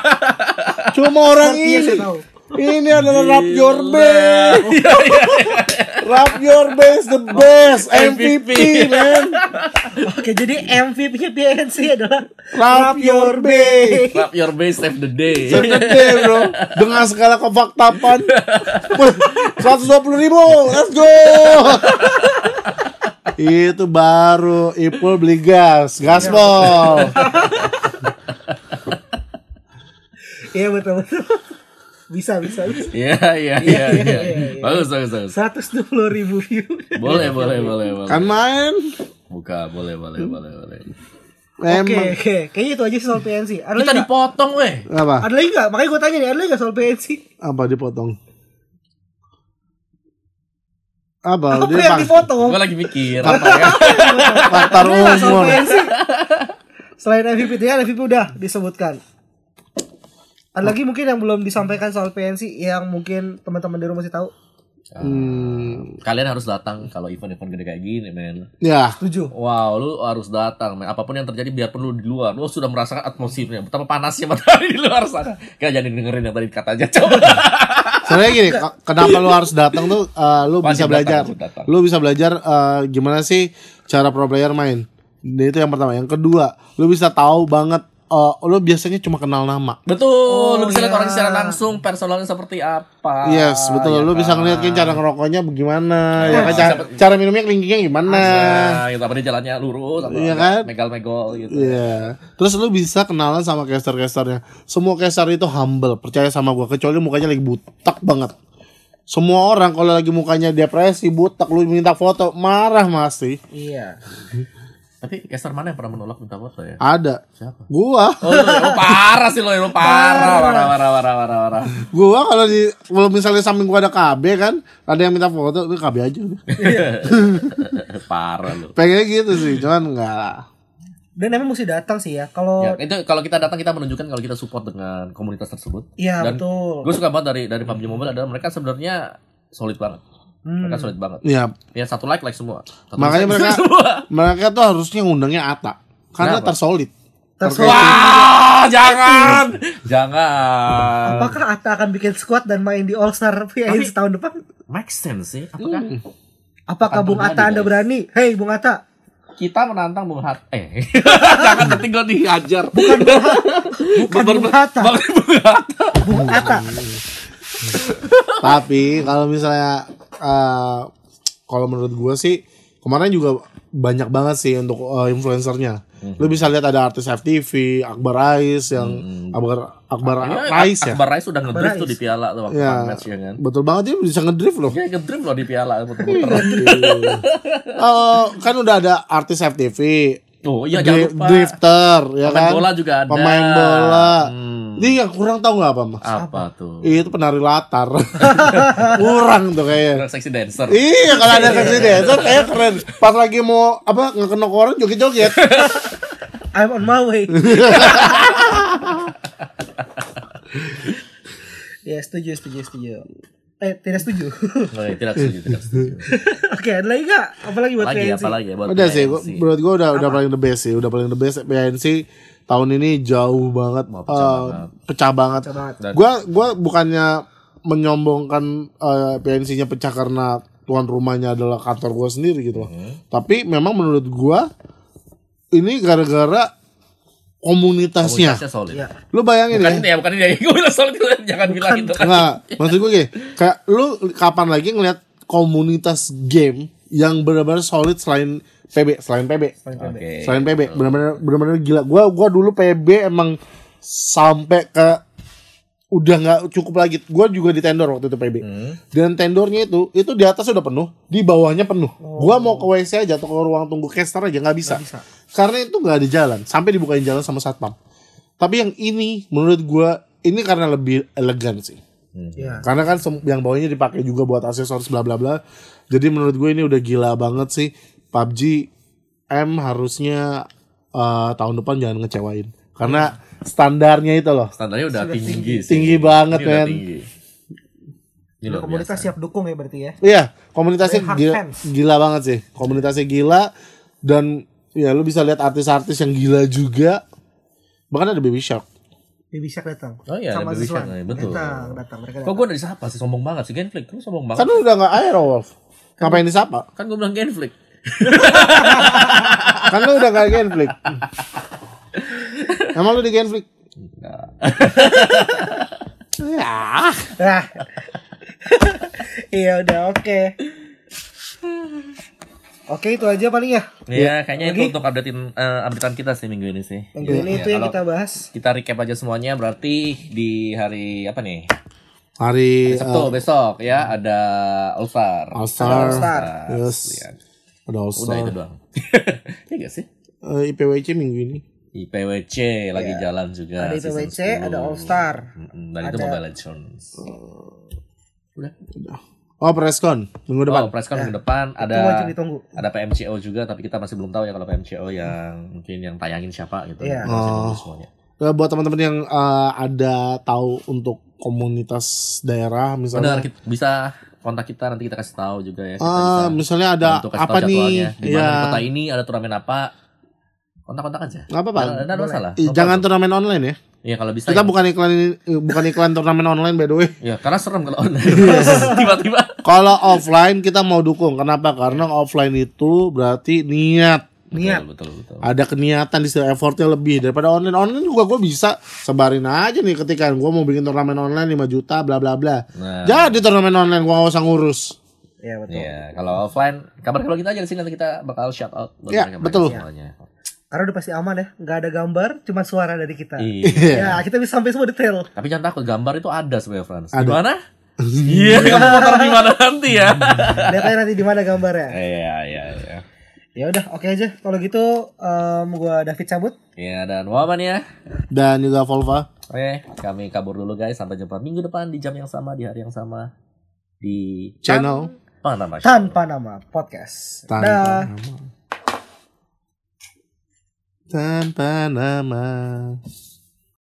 Cuma orang ini. Ini adalah Rap Your Base. Rap Your Base the best MVP man. Oke, jadi MVP-nya PNC adalah Rap Your Base. Rap Your Base save the day. Save the day bro. Dengan segala kefaktapan. 120.000. Let's go. Itu baru Ipul beli gaspol. Iya betul. Bisa. Iya. Bagus. 120.000 view. Boleh. Kan main. Buka, boleh. Oke. Kayaknya itu aja soal PNC. Kita dipotong weh. Apa? Ada lagi nggak? Makanya gue tanya nih, ada lagi nggak soal PNC? Apa dipotong? Apa yang dipotong? Gue lagi mikir. Faktor umur. Selain MVP ya, MVP udah disebutkan. Ada lagi mungkin yang belum disampaikan soal PNC yang mungkin teman-teman di rumah masih tahu? Kalian harus datang kalau event-event gede kayak gini, men. Ya. Setuju. Wow, lu harus datang, men. Apapun yang terjadi biarpun lu di luar, lu sudah merasakan atmosfernya, betapa panasnya matahari di luar sana. Kayak jadi dengerin yang tadi kata aja coba. Soalnya gini, kenapa lu harus datang tuh? Lu bisa belajar. Lu bisa belajar gimana sih cara pro player main. Itu yang pertama. Yang kedua, lu bisa tahu banget. Lo biasanya cuma kenal nama. Betul, lo bisa lihat orang secara langsung, personalnya seperti apa. Yes, betul. Lo bisa ngeliat kan cara ngerokoknya bagaimana, ya kan cara minumnya kelingkingnya gimana. Gitu, apa dia jalannya lurus, iya kan? Megal-megol gitu. Iya. Terus lo bisa kenalan sama caster-casternya. Semua caster itu humble, percaya sama gua, kecuali mukanya lagi butak banget. Semua orang kalau lagi mukanya depresi, butek, lu minta foto, marah masih. Iya. Tapi caster mana yang pernah menolak minta foto ya? Ada. Siapa? Gua. Oh, lu parah sih lo, parah. Gua kalau misalnya samping gua ada KB kan, ada yang minta foto, gue KB aja udah. Parah lu. Pengennya gitu sih, cuman enggak lah. Dan emang mesti datang sih ya. Kalau Ya, itu kalau kita datang kita menunjukkan kalau kita support dengan komunitas tersebut. Iya, Dan betul. gue suka banget dari PUBG Mobile adalah mereka sebenarnya solid banget. Mereka solid banget. Iya. Ya satu like semua. Makanya mereka tuh harusnya ngundangnya Ata. Karena Kenapa? tersolid. Wah, jangan. Apakah Atta akan bikin squad dan main di All Star PIN tahun depan? Make sense sih. Apakah Apakah Bung Atta Anda berani? Hei Bung Atta. kita menantang Bung Hatta? Jangan nanti gue dihajar. Bukan Bung Hatta. Bung Atta. Tapi kalau misalnya kalau menurut gue sih kemarin juga banyak banget sih untuk influencernya. Lu bisa lihat ada artis FTV, Akbar Rais yang Akbar Rais ya. Akbar Rais udah ngedrift tuh di piala tuh waktu match ya kan. Betul banget, dia bisa ngedrift loh. Dia ngedrift loh di piala muter-muter. Kan udah ada artis FTV. Oh iya jangan lupa. Drifter ya kan. Pemain bola juga ada. Pemain bola. Ini yang kurang tahu nggak apa Mas? Apa tuh? Itu penari latar. Kurang tuh kayaknya. Sexy dancer. Iya kalau ada seksi dancer kayak keren. Pas lagi mau ngekenok orang joget-joget. I'm on my way. Ya setuju. Tidak setuju. Tidak setuju. Oke, ada lagi nggak? Apalagi buat PNC? Apalagi buat Udah sih, PNC. menurut gue udah paling the best sih. Udah paling the best. PNC tahun ini jauh banget, pecah banget. Gue bukannya menyombongkan PNC-nya pecah karena tuan rumahnya adalah kantor gue sendiri gitu loh. Tapi memang menurut gue ini gara-gara komunitasnya solid. Ya. Lu bayangin Bukan ini. Gue bilang solid, jangan bilang itu kan. Enggak, maksud gue gini, kayak lu kapan lagi ngeliat komunitas game yang benar-benar solid selain PB. Oke. Selain PB, benar-benar gila. Gua dulu PB emang sampai ke udah nggak cukup lagi. Gua juga di tendor waktu itu PB. Dan tendornya itu di atas udah penuh, di bawahnya penuh. Gua mau ke WC aja atau ke ruang tunggu caster aja nggak bisa. Karena itu nggak ada jalan, sampai dibukain jalan sama satpam. Tapi yang ini menurut gua ini karena lebih elegan sih. Ya. Karena kan yang bawahnya dipakai juga buat aksesoris bla bla bla. Jadi menurut gue ini udah gila banget sih. PUBG harusnya tahun depan jangan ngecewain. Karena standarnya itu loh. Standarnya udah tinggi sih. Tinggi banget Ini udah men. tinggi. Ini luar Komunitas biasa. siap dukung ya berarti ya. Iya, komunitasnya Hard gila, fans. gila banget sih. Komunitasnya gila dan ya lu bisa lihat artis-artis yang gila juga. Bahkan ada Baby Shark. Baby Shark datang. Oh iya, ada sama Baby Zuzan. Shark, betul. Datang mereka Kok datang. gue udah disapa sih, sombong banget sih Genflix. Lu sombong banget. Kan lu udah gak Aerowolf. Ngapain disapa? Kan gue bilang Genflix. Kan lu udah gak Genflix. Emang lu di Genflix? Enggak. Ya. Nah. Iya udah oke. Oke itu aja paling ya. Iya, kayaknya Lagi? itu untuk updatean kita sih minggu ini sih. Minggu ini Iya, itu yang kalau kita bahas. Kita recap aja semuanya, berarti di hari apa nih? Hari Sabtu besok ya ada All Star. All Star. Yes. Yes. Ada All Udah Star. itu doang. Iya gak sih? IPWC minggu ini. IPWC lagi jalan juga. Ada season IPWC, 10. ada All Star. Dan itu Mobile Legends. Udah. Oh, Presscon minggu depan. Oh, presscon minggu depan Itu wajib ada ditunggu. PMCO juga, tapi kita masih belum tahu ya kalau PMCO yang mungkin yang tayangin siapa gitu. Iya. Kita masih nunggu semuanya. Buat teman-teman yang ada tahu untuk komunitas daerah misalnya. Benar, bisa kontak kita, nanti kita kasih tahu juga ya. Kita bisa Misalnya ada bantu kasih apa tahu nih? jadwalnya. Di mana Ya. di kota ini ada turnamen apa? Kontak-kontak aja. Nggak apa-apa. Nggak ada masalah. Jangan turnamen online ya. Iya kalau bisa. Kita ya. bukan iklan turnamen online by the way. Ya karena serem kalau online. Tiba-tiba. Kalau offline kita mau dukung. Kenapa? Karena offline itu berarti niat. Betul. Ada keniatan di situ, effortnya lebih daripada online. Online juga gue bisa sebarin aja nih ketika gue mau bikin turnamen online 5 juta bla bla bla. Nah. Jadi turnamen online gue gak usah ngurus. Iya betul. Iya, kalau offline kabar-kabar kita aja di sini, nanti kita bakal shout out buat Ya, mereka-mereka betul. semuanya. Karena udah pasti aman ya. Nggak ada gambar, cuma suara dari kita. Iya. Ya kita bisa sampai semua detail. Tapi jangan takut, gambar itu ada sebenarnya Frans. Ada. Di mana? Iya, kamu mau taruh di mana nanti ya? Lihat aja nanti di mana gambarnya. Iya. Ya udah, oke aja. Kalau gitu gua David cabut. Iya, dan Wawan ya. Dan juga Volva. Oke, kami kabur dulu guys. Sampai jumpa minggu depan di jam yang sama, di hari yang sama di Channel Tanpa Nama Podcast. Tanpa nama.